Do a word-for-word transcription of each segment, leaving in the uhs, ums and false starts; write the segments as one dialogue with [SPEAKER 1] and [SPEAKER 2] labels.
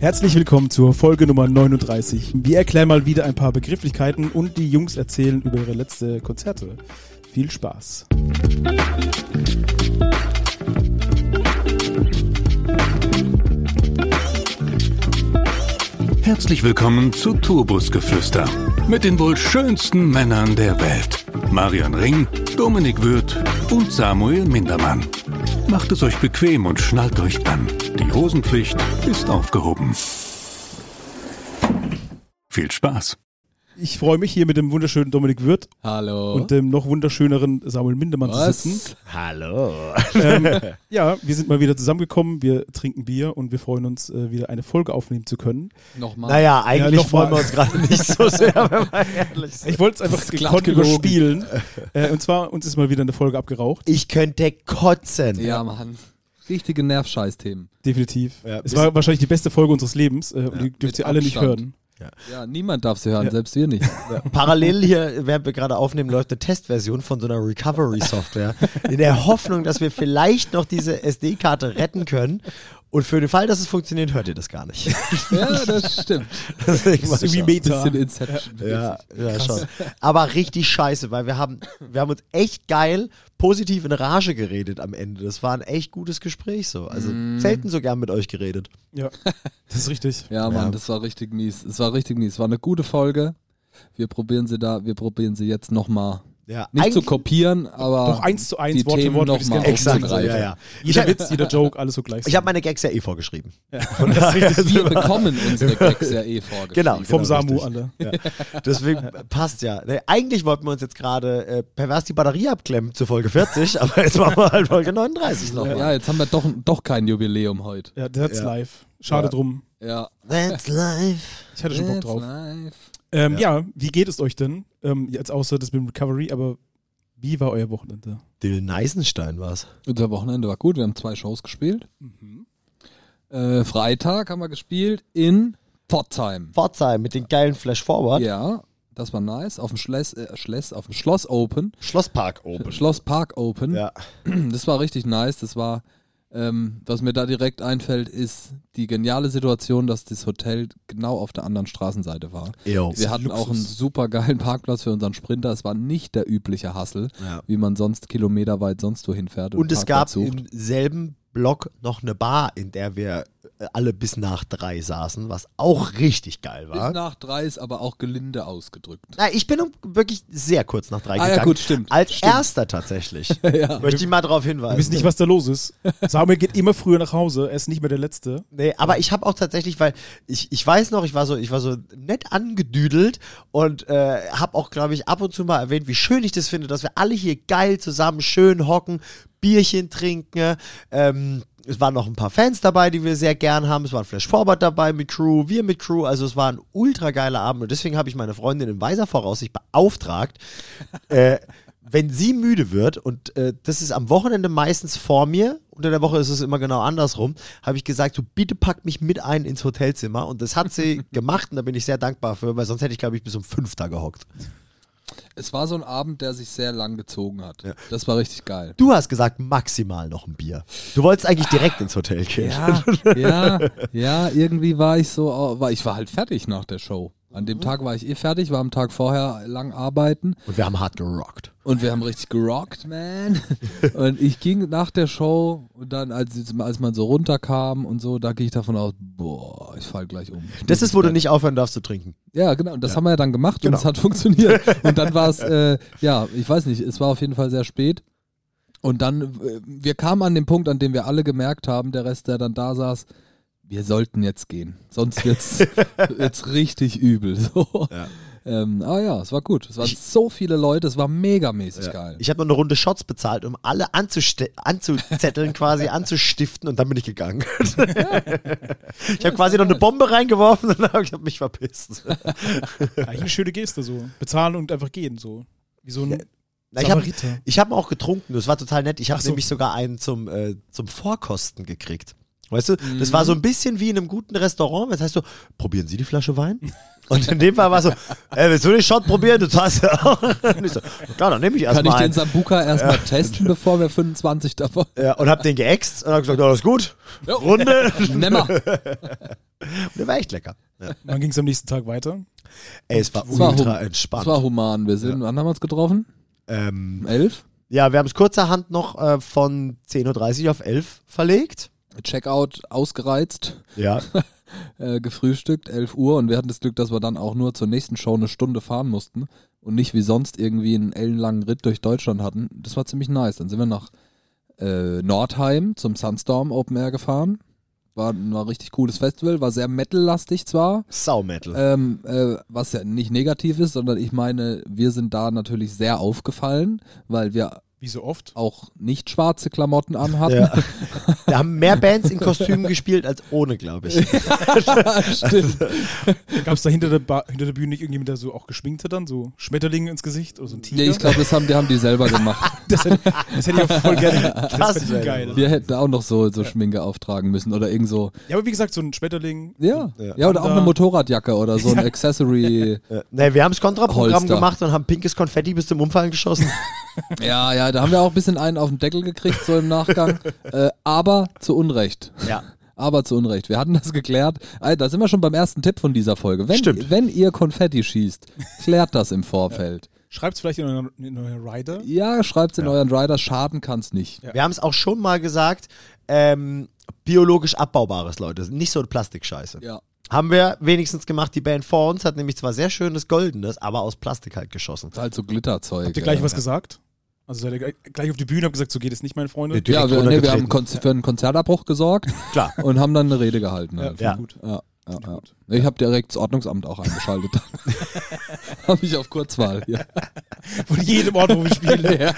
[SPEAKER 1] Herzlich willkommen zur Folge Nummer neununddreißig. Wir erklären mal wieder ein paar Begrifflichkeiten und die Jungs erzählen über ihre letzte Konzerte. Viel Spaß.
[SPEAKER 2] Herzlich willkommen zu Tourbusgeflüster mit den wohl schönsten Männern der Welt. Marian Ring, Dominik Würth und Samuel Mindermann. Macht es euch bequem und schnallt euch an. Die Hosenpflicht ist aufgehoben. Viel Spaß.
[SPEAKER 1] Ich freue mich, hier mit dem wunderschönen Dominik Würth
[SPEAKER 3] Hallo.
[SPEAKER 1] und dem noch wunderschöneren Samuel Mindermann
[SPEAKER 3] Was?
[SPEAKER 1] zu sitzen.
[SPEAKER 4] Hallo.
[SPEAKER 1] Ähm, ja, wir sind mal wieder zusammengekommen, wir trinken Bier und wir freuen uns, äh, wieder eine Folge aufnehmen zu können.
[SPEAKER 3] Nochmal.
[SPEAKER 4] Naja, eigentlich
[SPEAKER 1] Ja,
[SPEAKER 4] freuen
[SPEAKER 1] mal.
[SPEAKER 4] wir uns gerade nicht so sehr, wenn wir ehrlich sind.
[SPEAKER 1] Ich wollte es einfach
[SPEAKER 3] ist glatt
[SPEAKER 1] gekonnt
[SPEAKER 3] gelogen.
[SPEAKER 1] überspielen. Äh, und zwar, uns ist mal wieder eine Folge abgeraucht.
[SPEAKER 4] Ich könnte kotzen.
[SPEAKER 3] Ja, Mann. Richtige Nervscheiß-Themen.
[SPEAKER 1] Definitiv.
[SPEAKER 4] Ja,
[SPEAKER 1] es
[SPEAKER 4] bis-
[SPEAKER 1] war wahrscheinlich die beste Folge unseres Lebens. Äh, und die dürft
[SPEAKER 3] Mit
[SPEAKER 1] ihr alle nicht
[SPEAKER 3] Abstand.
[SPEAKER 1] hören.
[SPEAKER 3] Ja, niemand darf sie hören,
[SPEAKER 1] Ja.
[SPEAKER 3] selbst wir nicht.
[SPEAKER 4] Parallel hier, während wir gerade aufnehmen, läuft eine Testversion von so einer Recovery-Software. In der Hoffnung, dass wir vielleicht noch diese S D-Karte retten können. Und für den Fall, dass es funktioniert, hört ihr das gar nicht.
[SPEAKER 3] Ja, das stimmt.
[SPEAKER 4] Deswegen mal
[SPEAKER 1] Das ist irgendwie
[SPEAKER 4] schauen.
[SPEAKER 1] Meta.
[SPEAKER 3] Bisschen Inception.
[SPEAKER 4] Ja, ja, schon. Aber richtig scheiße, weil wir haben, wir haben uns echt geil positiv in Rage geredet am Ende. Das war ein echt gutes Gespräch so. Also selten so gern mit euch geredet.
[SPEAKER 1] Ja, das ist richtig.
[SPEAKER 3] Ja, Mann,
[SPEAKER 4] Ja.
[SPEAKER 3] das war richtig mies. Es war richtig mies. Es war eine gute Folge. Wir probieren sie da, wir probieren sie jetzt nochmal.
[SPEAKER 4] Ja,
[SPEAKER 3] Nicht zu
[SPEAKER 4] eigentlich-
[SPEAKER 3] kopieren, aber
[SPEAKER 1] Doch eins zu eins,
[SPEAKER 3] die
[SPEAKER 1] Wort für
[SPEAKER 3] Themen
[SPEAKER 1] Wort,
[SPEAKER 3] noch
[SPEAKER 1] wie es
[SPEAKER 3] mal
[SPEAKER 1] gerne
[SPEAKER 4] Exakt,
[SPEAKER 1] aufgegriffen
[SPEAKER 4] ja,
[SPEAKER 1] wird.
[SPEAKER 4] ja.
[SPEAKER 1] Jeder Witz, jeder Joke, alles so gleich.
[SPEAKER 4] Ich habe meine Gags ja eh vorgeschrieben.
[SPEAKER 3] wir bekommen unsere Gags ja eh vorgeschrieben.
[SPEAKER 4] Genau.
[SPEAKER 1] Vom Samu
[SPEAKER 4] richtig.
[SPEAKER 1] alle.
[SPEAKER 4] Ja. Deswegen passt ja. Nee, eigentlich wollten wir uns jetzt gerade äh, pervers die Batterie abklemmen zu Folge vierzig, aber jetzt machen wir halt Folge neununddreißig noch.
[SPEAKER 3] Ja, jetzt haben wir doch, doch kein Jubiläum heute.
[SPEAKER 1] Ja, that's
[SPEAKER 4] Ja.
[SPEAKER 1] live. Schade
[SPEAKER 4] Ja.
[SPEAKER 1] drum.
[SPEAKER 3] Ja.
[SPEAKER 4] That's life.
[SPEAKER 1] Ich hatte schon Bock
[SPEAKER 3] It's
[SPEAKER 1] drauf.
[SPEAKER 3] live.
[SPEAKER 1] Ähm,
[SPEAKER 4] Ja.
[SPEAKER 1] ja. wie geht es euch denn? Ähm, jetzt außer das mit dem Recovery, aber wie war euer Wochenende?
[SPEAKER 4] Dylan Eisenstein war's.
[SPEAKER 3] Unser Wochenende war gut. Wir haben zwei Shows gespielt. Äh, Freitag haben wir gespielt in Pforzheim.
[SPEAKER 4] Pforzheim mit den geilen Flash Forward.
[SPEAKER 3] Ja, das war nice. Auf dem Schloss, äh, Schloss, auf dem Schloss Open.
[SPEAKER 4] Schlosspark oben.
[SPEAKER 3] Schloss Park Open.
[SPEAKER 4] Ja.
[SPEAKER 3] Das war richtig nice. Das war, ähm, was mir da direkt einfällt, ist die geniale Situation, dass das Hotel genau auf der anderen Straßenseite war.
[SPEAKER 4] Jo.
[SPEAKER 3] Wir hatten auch einen super geilen Parkplatz für unseren Sprinter. Es war nicht der übliche Hassel,
[SPEAKER 4] Ja.
[SPEAKER 3] wie man sonst kilometerweit sonst wohin fährt.
[SPEAKER 4] Und es gab
[SPEAKER 3] Parkplatz sucht.
[SPEAKER 4] im selben Block noch eine Bar, in der wir äh, alle bis nach drei saßen, was auch richtig geil
[SPEAKER 3] Bis
[SPEAKER 4] war.
[SPEAKER 3] nach drei ist aber auch gelinde ausgedrückt.
[SPEAKER 4] Na, ich bin um wirklich sehr kurz nach drei
[SPEAKER 3] Ah, ja,
[SPEAKER 4] gegangen.
[SPEAKER 3] gut, stimmt.
[SPEAKER 4] Als
[SPEAKER 3] Stimmt.
[SPEAKER 4] erster tatsächlich.
[SPEAKER 3] Ja.
[SPEAKER 4] Möchte ich mal darauf
[SPEAKER 1] Wir
[SPEAKER 4] hinweisen.
[SPEAKER 1] wissen nicht, was da los ist. Samuel geht immer früher nach Hause. Er ist nicht mehr der Letzte.
[SPEAKER 4] Nee, aber ich habe auch tatsächlich, weil ich, ich weiß noch, ich war so, ich war so nett angedüdelt und äh, habe auch, glaube ich, ab und zu mal erwähnt, wie schön ich das finde, dass wir alle hier geil zusammen schön hocken, Bierchen trinken. Ähm, es waren noch ein paar Fans dabei, die wir sehr gern haben. Es war ein Flash Forward dabei mit Crew, wir mit Crew. Also es war ein ultra geiler Abend und deswegen habe ich meine Freundin in weiser Voraussicht beauftragt, äh, wenn sie müde wird, und äh, das ist am Wochenende meistens vor mir, unter der Woche ist es immer genau andersrum, habe ich gesagt, so bitte packt mich mit ein ins Hotelzimmer, und das hat sie gemacht und da bin ich sehr dankbar für, weil sonst hätte ich, glaube ich, bis um fünf da gehockt.
[SPEAKER 3] Es war so ein Abend, der sich sehr lang gezogen hat.
[SPEAKER 4] Ja.
[SPEAKER 3] Das war richtig geil.
[SPEAKER 4] Du hast gesagt, maximal noch ein Bier. Du wolltest eigentlich direkt ins Hotel gehen.
[SPEAKER 3] Ja, ja, ja, irgendwie war ich so, au- war, ich war halt fertig nach der Show. An dem Tag war ich eh fertig, war am Tag vorher lang arbeiten
[SPEAKER 4] Und wir haben hart gerockt.
[SPEAKER 3] und wir haben richtig gerockt, man. Und ich ging nach der Show und dann, als, als man so runterkam und so, da gehe ich davon aus, boah, ich fall gleich um. Ich
[SPEAKER 4] Das
[SPEAKER 3] muss
[SPEAKER 4] ist, wo du
[SPEAKER 3] ins Bett.
[SPEAKER 4] nicht aufhören darfst zu trinken.
[SPEAKER 3] Ja, genau. Und das
[SPEAKER 4] Ja.
[SPEAKER 3] haben wir ja dann gemacht
[SPEAKER 4] Genau.
[SPEAKER 3] und es hat funktioniert. Und dann war es, äh, ja, ich weiß nicht, es war auf jeden Fall sehr spät. Und dann, äh, wir kamen an den Punkt, an dem wir alle gemerkt haben, der Rest, der dann da saß, wir sollten jetzt gehen. Sonst wird's, wird's richtig übel. So.
[SPEAKER 4] Ja.
[SPEAKER 3] Ähm, aber ja, es war gut. Es waren
[SPEAKER 4] Ich-
[SPEAKER 3] so viele Leute, es war megamäßig geil.
[SPEAKER 4] Ich habe noch eine Runde Shots bezahlt, um alle anzuste- anzuzetteln, quasi anzustiften, und dann bin ich gegangen. Ich habe quasi noch eine Bombe reingeworfen und dann habe ich hab mich verpisst.
[SPEAKER 1] Eigentlich eine schöne Geste so. Bezahlen und einfach gehen so. Wie so ein
[SPEAKER 4] Ja. Na, ich habe
[SPEAKER 1] Samariter.
[SPEAKER 4] ich hab auch getrunken, das war total nett. Ich habe
[SPEAKER 1] Ach so.
[SPEAKER 4] nämlich sogar einen zum, äh, zum Vorkosten gekriegt. Weißt du, das war so ein bisschen wie in einem guten Restaurant. Das heißt so, probieren Sie die Flasche Wein? Und in dem Fall war so, ey, willst du den Shot probieren? Du zahlst ja auch. Und ich so, klar, dann nehme ich
[SPEAKER 3] Kann ich
[SPEAKER 4] erstmal
[SPEAKER 3] den
[SPEAKER 4] einen.
[SPEAKER 3] Sambuca erstmal testen, bevor wir fünfundzwanzig davon.
[SPEAKER 4] Ja, und hab den geäxt und hab gesagt, ja, das ist gut.
[SPEAKER 3] Jo.
[SPEAKER 4] Runde.
[SPEAKER 3] Nimmer.
[SPEAKER 4] Und der war echt lecker. Ja.
[SPEAKER 1] Dann ging es am nächsten Tag weiter.
[SPEAKER 4] Ey, es war
[SPEAKER 3] Es war
[SPEAKER 4] ultra
[SPEAKER 3] hum-
[SPEAKER 4] entspannt.
[SPEAKER 3] Es war human. Wir sind, wann haben wir uns getroffen?
[SPEAKER 4] ähm,
[SPEAKER 3] Um elf?
[SPEAKER 4] ja, wir haben es kurzerhand noch äh, von zehn Uhr dreißig auf elf verlegt.
[SPEAKER 3] Checkout ausgereizt,
[SPEAKER 4] Ja.
[SPEAKER 3] äh, gefrühstückt, elf Uhr und wir hatten das Glück, dass wir dann auch nur zur nächsten Show eine Stunde fahren mussten und nicht wie sonst irgendwie einen ellenlangen Ritt durch Deutschland hatten. Das war ziemlich nice. Dann sind wir nach äh, Nordheim zum Sunstorm Open Air gefahren. War ein war ein richtig cooles Festival, war sehr metal-lastig zwar,
[SPEAKER 4] Sau-Metal.
[SPEAKER 3] ähm, äh, was ja nicht negativ ist, sondern ich meine, wir sind da natürlich sehr aufgefallen, weil wir
[SPEAKER 1] Wie so oft.
[SPEAKER 3] auch nicht schwarze Klamotten anhatten.
[SPEAKER 4] Ja. Da haben mehr Bands in Kostümen gespielt als ohne, glaube ich.
[SPEAKER 3] Stimmt.
[SPEAKER 1] Gab es da hinter der, Ba- hinter der Bühne nicht irgendjemand, der so auch geschminkt hat dann? So Schmetterlinge ins Gesicht oder so ein Tiger?
[SPEAKER 3] Ja, ich glaube, das haben, die haben die selber gemacht.
[SPEAKER 1] das, hätte, das hätte ich auch voll gerne. Das
[SPEAKER 4] Das
[SPEAKER 1] fände
[SPEAKER 4] wär
[SPEAKER 1] ich geil.
[SPEAKER 3] Wir hätten auch noch so, so Schminke auftragen müssen oder irgend so.
[SPEAKER 1] Ja, aber wie gesagt, so ein Schmetterling.
[SPEAKER 3] Ja,
[SPEAKER 4] Ja.
[SPEAKER 3] ja. oder auch
[SPEAKER 1] Panda.
[SPEAKER 3] eine Motorradjacke oder so ein Accessory.
[SPEAKER 4] Äh, ne, wir haben das Kontraprogramm
[SPEAKER 3] Holster.
[SPEAKER 4] gemacht und haben pinkes Konfetti bis zum Umfallen geschossen.
[SPEAKER 3] Ja, ja, da haben wir auch ein bisschen einen auf den Deckel gekriegt, so im Nachgang. äh, aber zu Unrecht.
[SPEAKER 4] Ja.
[SPEAKER 3] Aber zu Unrecht. Wir hatten das geklärt. Also, da sind wir schon beim ersten Tipp von dieser Folge. Wenn,
[SPEAKER 4] Stimmt.
[SPEAKER 3] wenn ihr Konfetti schießt, klärt das im Vorfeld.
[SPEAKER 1] Schreibt es vielleicht in euren, in euren Rider.
[SPEAKER 3] Ja, schreibt's in
[SPEAKER 4] Ja.
[SPEAKER 3] euren Rider, schaden kann's nicht.
[SPEAKER 1] Ja.
[SPEAKER 4] Wir haben es auch schon mal gesagt, ähm, biologisch abbaubares, Leute. Nicht so eine Plastikscheiße.
[SPEAKER 3] Ja.
[SPEAKER 4] Haben wir wenigstens gemacht. Die Band vor uns hat nämlich zwar sehr schönes Goldenes, aber aus Plastik halt geschossen.
[SPEAKER 3] Das ist halt so Glitterzeug.
[SPEAKER 1] Habt ihr gleich
[SPEAKER 3] ja.
[SPEAKER 1] was gesagt? Also seid ihr gleich- gleich auf die Bühne, habt gesagt, so geht es nicht, meine Freunde.
[SPEAKER 4] Nee,
[SPEAKER 3] Ja,
[SPEAKER 4] direkt
[SPEAKER 3] wir, nee, wir
[SPEAKER 4] runtergetreten.
[SPEAKER 3] haben Konz- für einen Konzertabbruch gesorgt
[SPEAKER 4] Klar.
[SPEAKER 3] und haben dann eine Rede gehalten.
[SPEAKER 1] Ja,
[SPEAKER 3] Halt.
[SPEAKER 1] ja.
[SPEAKER 4] Ja.
[SPEAKER 1] gut.
[SPEAKER 3] Ja, ja, ja.
[SPEAKER 1] gut.
[SPEAKER 3] Ich habe direkt das Ordnungsamt auch eingeschaltet. Habe ich auf Kurzwahl. Ja.
[SPEAKER 1] Von jedem Ort, wo wir spielen.
[SPEAKER 3] Ja.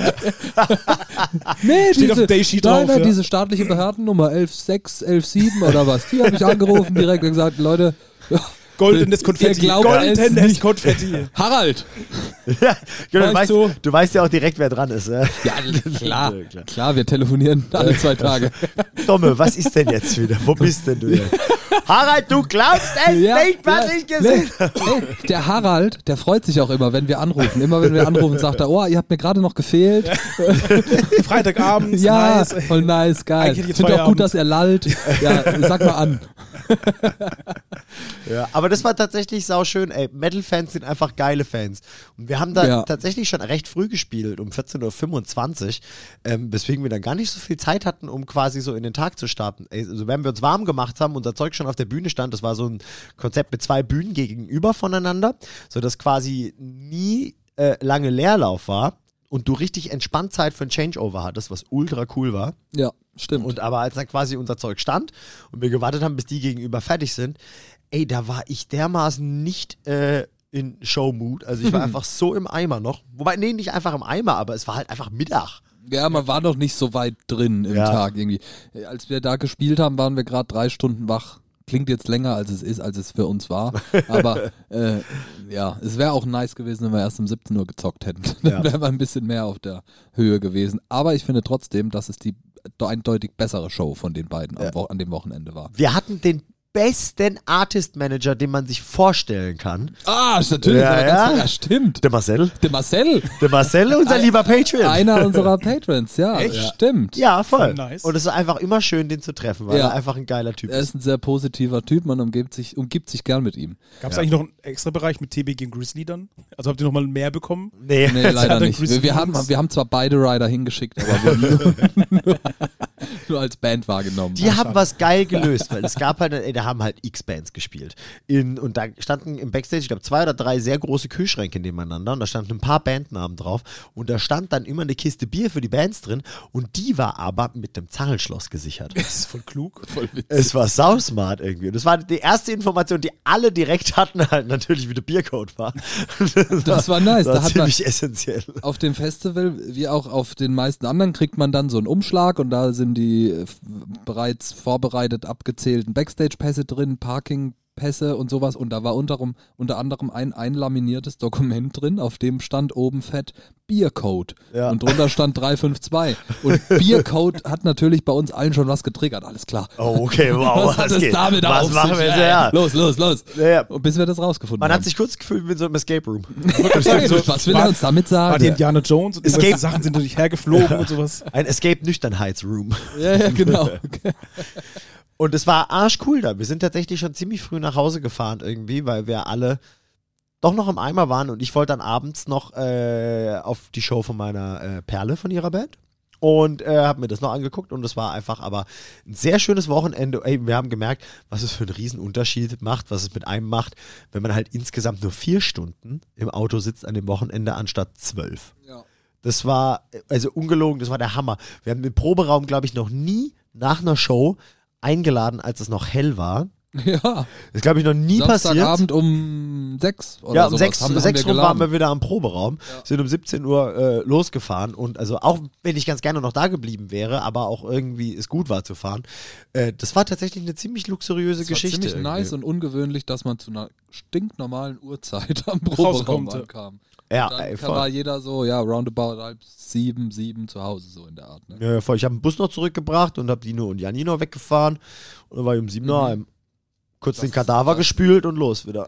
[SPEAKER 3] Nee,
[SPEAKER 1] Steht auf dem Daysheet
[SPEAKER 3] nein,
[SPEAKER 1] drauf,
[SPEAKER 3] nein,
[SPEAKER 1] ja.
[SPEAKER 3] diese staatliche Behördennummer elf sechs, elf sieben oder was. Die habe ich angerufen direkt und gesagt, Leute,
[SPEAKER 1] Goldenes Konfetti.
[SPEAKER 3] Ihr glaubt es
[SPEAKER 1] Goldenes
[SPEAKER 3] nicht.
[SPEAKER 1] Konfetti.
[SPEAKER 3] Harald!
[SPEAKER 4] Ja, genau, du,
[SPEAKER 3] Weißt
[SPEAKER 4] weißt,
[SPEAKER 3] du?
[SPEAKER 4] du weißt ja auch direkt, wer dran ist. Äh?
[SPEAKER 3] Ja, klar,
[SPEAKER 4] Ja, klar.
[SPEAKER 3] klar, wir telefonieren alle zwei Tage.
[SPEAKER 4] Domme, was ist denn jetzt wieder? Wo bist denn du denn? Harald, du glaubst es
[SPEAKER 3] Ja,
[SPEAKER 4] nicht, was
[SPEAKER 3] ja,
[SPEAKER 4] ich gesehen
[SPEAKER 3] nee. Ey, der Harald, der freut sich auch immer, wenn wir anrufen. Immer wenn wir anrufen, sagt er, oh, ihr habt mir gerade noch gefehlt.
[SPEAKER 1] Freitagabends.
[SPEAKER 3] Ja,
[SPEAKER 1] nice.
[SPEAKER 3] voll nice, geil.
[SPEAKER 1] Eigentlich hätte ich
[SPEAKER 3] Ich
[SPEAKER 1] jetzt
[SPEAKER 3] finde auch gut,
[SPEAKER 1] Feierabend.
[SPEAKER 3] dass er lallt. Ja, sag mal an.
[SPEAKER 4] Ja, aber das war tatsächlich sauschön. Ey, Metal-Fans sind einfach geile Fans. Und wir haben da
[SPEAKER 3] Ja.
[SPEAKER 4] tatsächlich schon recht früh gespielt, um vierzehn Uhr fünfundzwanzig, ähm, weswegen wir dann gar nicht so viel Zeit hatten, um quasi so in den Tag zu starten. Ey, also wenn wir uns warm gemacht haben, unser Zeug schon auf der Bühne stand, das war so ein Konzept mit zwei Bühnen gegenüber voneinander, sodass quasi nie äh, lange Leerlauf war und du richtig entspannt Zeit für ein Changeover hattest, was ultra cool war.
[SPEAKER 3] Ja, stimmt.
[SPEAKER 4] Und aber als dann quasi unser Zeug stand und wir gewartet haben, bis die gegenüber fertig sind, ey, da war ich dermaßen nicht äh, in Showmood. Also ich war einfach so im Eimer noch. Wobei, nee, nicht einfach im Eimer, aber es war halt einfach Mittag.
[SPEAKER 3] Ja, man war noch nicht so weit drin im
[SPEAKER 4] Ja.
[SPEAKER 3] Tag irgendwie. Als wir da gespielt haben, waren wir gerade drei Stunden wach. Klingt jetzt länger, als es ist, als es für uns war. Aber äh, ja, es wäre auch nice gewesen, wenn wir erst um siebzehn Uhr gezockt hätten. Dann
[SPEAKER 4] Ja.
[SPEAKER 3] wären wir ein bisschen mehr auf der Höhe gewesen. Aber ich finde trotzdem, dass es die eindeutig bessere Show von den beiden
[SPEAKER 4] Ja.
[SPEAKER 3] am, Wo- an dem Wochenende war.
[SPEAKER 4] Wir hatten den besten Artist-Manager, den man sich vorstellen kann.
[SPEAKER 3] Ah, ist natürlich.
[SPEAKER 4] Ja,
[SPEAKER 3] aber ganz-
[SPEAKER 4] ja.
[SPEAKER 3] ja, stimmt.
[SPEAKER 4] Der Marcel.
[SPEAKER 3] Der Marcel,
[SPEAKER 4] Der Marcel, unser
[SPEAKER 3] Ein-
[SPEAKER 4] lieber Patreon.
[SPEAKER 3] einer unserer Patrons, ja,
[SPEAKER 1] Echt?
[SPEAKER 3] stimmt.
[SPEAKER 4] Ja, voll.
[SPEAKER 1] Nice.
[SPEAKER 4] Und es ist einfach immer schön, den zu treffen, weil
[SPEAKER 3] Ja.
[SPEAKER 4] er einfach ein geiler Typ
[SPEAKER 3] Er
[SPEAKER 4] ist.
[SPEAKER 3] ist ein sehr positiver Typ, man umgibt sich, umgibt sich gern mit ihm.
[SPEAKER 1] Gab es
[SPEAKER 4] Ja.
[SPEAKER 1] eigentlich noch einen extra Bereich mit T B gegen Grizzly dann? Also habt ihr nochmal mehr bekommen?
[SPEAKER 4] Nee.
[SPEAKER 3] Nee, leider
[SPEAKER 1] hat er
[SPEAKER 3] nicht.
[SPEAKER 1] Grizzly
[SPEAKER 3] Wir, wir, haben,
[SPEAKER 1] Jungs?
[SPEAKER 3] wir haben zwar beide Rider hingeschickt, aber wir nur, nur, nur als Band wahrgenommen.
[SPEAKER 4] Die haben
[SPEAKER 1] schade.
[SPEAKER 4] was geil gelöst, weil es gab halt, ey, da haben halt X-Bands gespielt. In, und da standen im Backstage, ich glaube, zwei oder drei sehr große Kühlschränke nebeneinander und da standen ein paar Bandnamen drauf und da stand dann immer eine Kiste Bier für die Bands drin und die war aber mit einem Zangelschloss gesichert.
[SPEAKER 1] Das ist voll klug.
[SPEAKER 3] Voll witzig.
[SPEAKER 4] Es war sausmart irgendwie. Und das war die erste Information, die alle direkt hatten, halt natürlich, wie der Biercode war.
[SPEAKER 3] Das war nice.
[SPEAKER 4] Das
[SPEAKER 3] Da
[SPEAKER 4] war
[SPEAKER 3] hat man
[SPEAKER 4] ziemlich essentiell.
[SPEAKER 3] auf dem Festival, wie auch auf den meisten anderen, kriegt man dann so einen Umschlag und da sind die äh, f- bereits vorbereitet abgezählten Backstage-Pässe drin, Parking-Pässe und sowas. Und da war unter, unter anderem ein einlaminiertes Dokument drin, auf dem stand oben fett Biercode.
[SPEAKER 4] Ja.
[SPEAKER 3] Und drunter stand drei fünf zwei. Und Biercode hat natürlich bei uns allen schon was getriggert, alles klar.
[SPEAKER 4] Oh, okay, wow.
[SPEAKER 3] Was hat es
[SPEAKER 4] geht?
[SPEAKER 3] damit
[SPEAKER 4] Was
[SPEAKER 3] auf
[SPEAKER 4] machen
[SPEAKER 3] sich?
[SPEAKER 4] wir jetzt?
[SPEAKER 3] Ja,
[SPEAKER 4] Ja.
[SPEAKER 3] Los, los, los.
[SPEAKER 4] Ja, ja.
[SPEAKER 3] Und bis wir das rausgefunden
[SPEAKER 4] Man
[SPEAKER 3] haben.
[SPEAKER 4] hat sich kurz gefühlt wie in so einem Escape Room.
[SPEAKER 3] so, was will er uns damit
[SPEAKER 1] War
[SPEAKER 3] sagen?
[SPEAKER 1] die Indiana Jones und
[SPEAKER 4] Es
[SPEAKER 1] irgendwelche
[SPEAKER 4] geht-
[SPEAKER 1] Sachen sind durch hergeflogen und sowas.
[SPEAKER 4] Ein Escape-Nüchternheitsroom.
[SPEAKER 3] Ja, ja, genau.
[SPEAKER 4] Und es war arschcool da. Wir sind tatsächlich schon ziemlich früh nach Hause gefahren irgendwie, weil wir alle doch noch im Eimer waren und ich wollte dann abends noch äh, auf die Show von meiner äh, Perle von ihrer Band und äh, habe mir das noch angeguckt und es war einfach aber ein sehr schönes Wochenende. Ey, wir haben gemerkt, was es für einen riesen Unterschied macht, was es mit einem macht, wenn man halt insgesamt nur vier Stunden im Auto sitzt an dem Wochenende anstatt zwölf.
[SPEAKER 3] Ja. Das
[SPEAKER 4] war, also ungelogen, das war der Hammer. Wir haben den Proberaum, glaube ich, noch nie nach einer Show eingeladen, als es noch hell war.
[SPEAKER 3] Ja.
[SPEAKER 4] Das ist, glaube ich, noch nie passiert.
[SPEAKER 3] Samstagabend um sechs oder
[SPEAKER 4] Ja, um
[SPEAKER 3] sowas
[SPEAKER 4] sechs,
[SPEAKER 3] haben,
[SPEAKER 4] sechs
[SPEAKER 3] haben wir
[SPEAKER 4] rum waren wir wieder am Proberaum,
[SPEAKER 3] Ja.
[SPEAKER 4] sind um siebzehn Uhr äh, losgefahren und also auch wenn ich ganz gerne noch da geblieben wäre, aber auch irgendwie es gut war zu fahren, äh, das war tatsächlich eine ziemlich luxuriöse
[SPEAKER 3] Das war
[SPEAKER 4] Geschichte.
[SPEAKER 3] ziemlich
[SPEAKER 4] irgendwie.
[SPEAKER 3] nice und ungewöhnlich, dass man zu einer stinknormalen Uhrzeit am Proberaum
[SPEAKER 1] Rauskommt, ja.
[SPEAKER 3] ankam.
[SPEAKER 4] Ja,
[SPEAKER 3] Dann
[SPEAKER 4] ey,
[SPEAKER 3] kann war
[SPEAKER 4] voll.
[SPEAKER 3] jeder so, ja, roundabout halb sieben, sieben zu Hause, so in der Art. Ne?
[SPEAKER 4] Ja, ja, voll. Ich habe einen Bus noch zurückgebracht und habe Dino und Janino weggefahren und dann war ich um sieben Uhr
[SPEAKER 3] Mhm.
[SPEAKER 4] heim. Kurz
[SPEAKER 3] Das
[SPEAKER 4] den
[SPEAKER 3] ist
[SPEAKER 4] Kadaver
[SPEAKER 3] krass.
[SPEAKER 4] gespült und los wieder.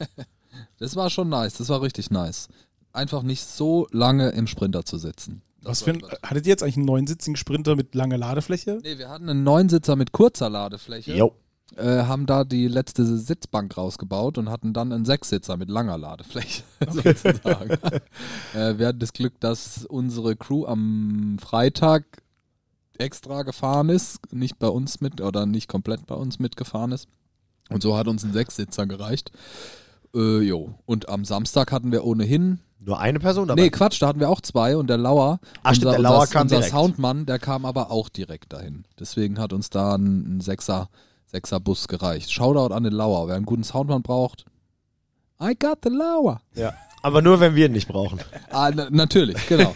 [SPEAKER 3] Das war schon nice, das war richtig nice. Einfach nicht so lange im Sprinter zu sitzen. Das
[SPEAKER 1] Was
[SPEAKER 3] war
[SPEAKER 1] für ein,
[SPEAKER 3] übertrieben.
[SPEAKER 1] hattet ihr jetzt eigentlich einen neunsitzigen Sprinter mit langer Ladefläche?
[SPEAKER 3] Nee, wir hatten einen Neunsitzer mit kurzer Ladefläche.
[SPEAKER 4] Jo.
[SPEAKER 3] Äh, haben da die letzte Sitzbank rausgebaut und hatten dann einen Sechssitzer mit langer Ladefläche, sozusagen. äh, wir hatten das Glück, dass unsere Crew am Freitag extra gefahren ist, nicht bei uns mit oder nicht komplett bei uns mitgefahren ist. Und so hat uns ein Sechssitzer gereicht. Äh, jo. Und am Samstag hatten wir ohnehin
[SPEAKER 4] Nur eine Person dabei.
[SPEAKER 3] Nee, Quatsch, da hatten wir auch zwei und der Lauer,
[SPEAKER 4] Ach, stimmt,
[SPEAKER 3] unser,
[SPEAKER 4] der Lauer
[SPEAKER 3] unser,
[SPEAKER 4] kam
[SPEAKER 3] unser
[SPEAKER 4] direkt.
[SPEAKER 3] Soundmann, der kam aber auch direkt dahin. Deswegen hat uns da ein, ein Sechser, Sechser Bus gereicht. Shoutout an den Lauer. Wer einen guten Soundmann braucht, I got the Lauer.
[SPEAKER 4] Ja. Aber nur, wenn wir ihn nicht brauchen.
[SPEAKER 3] Ah, na, natürlich, genau.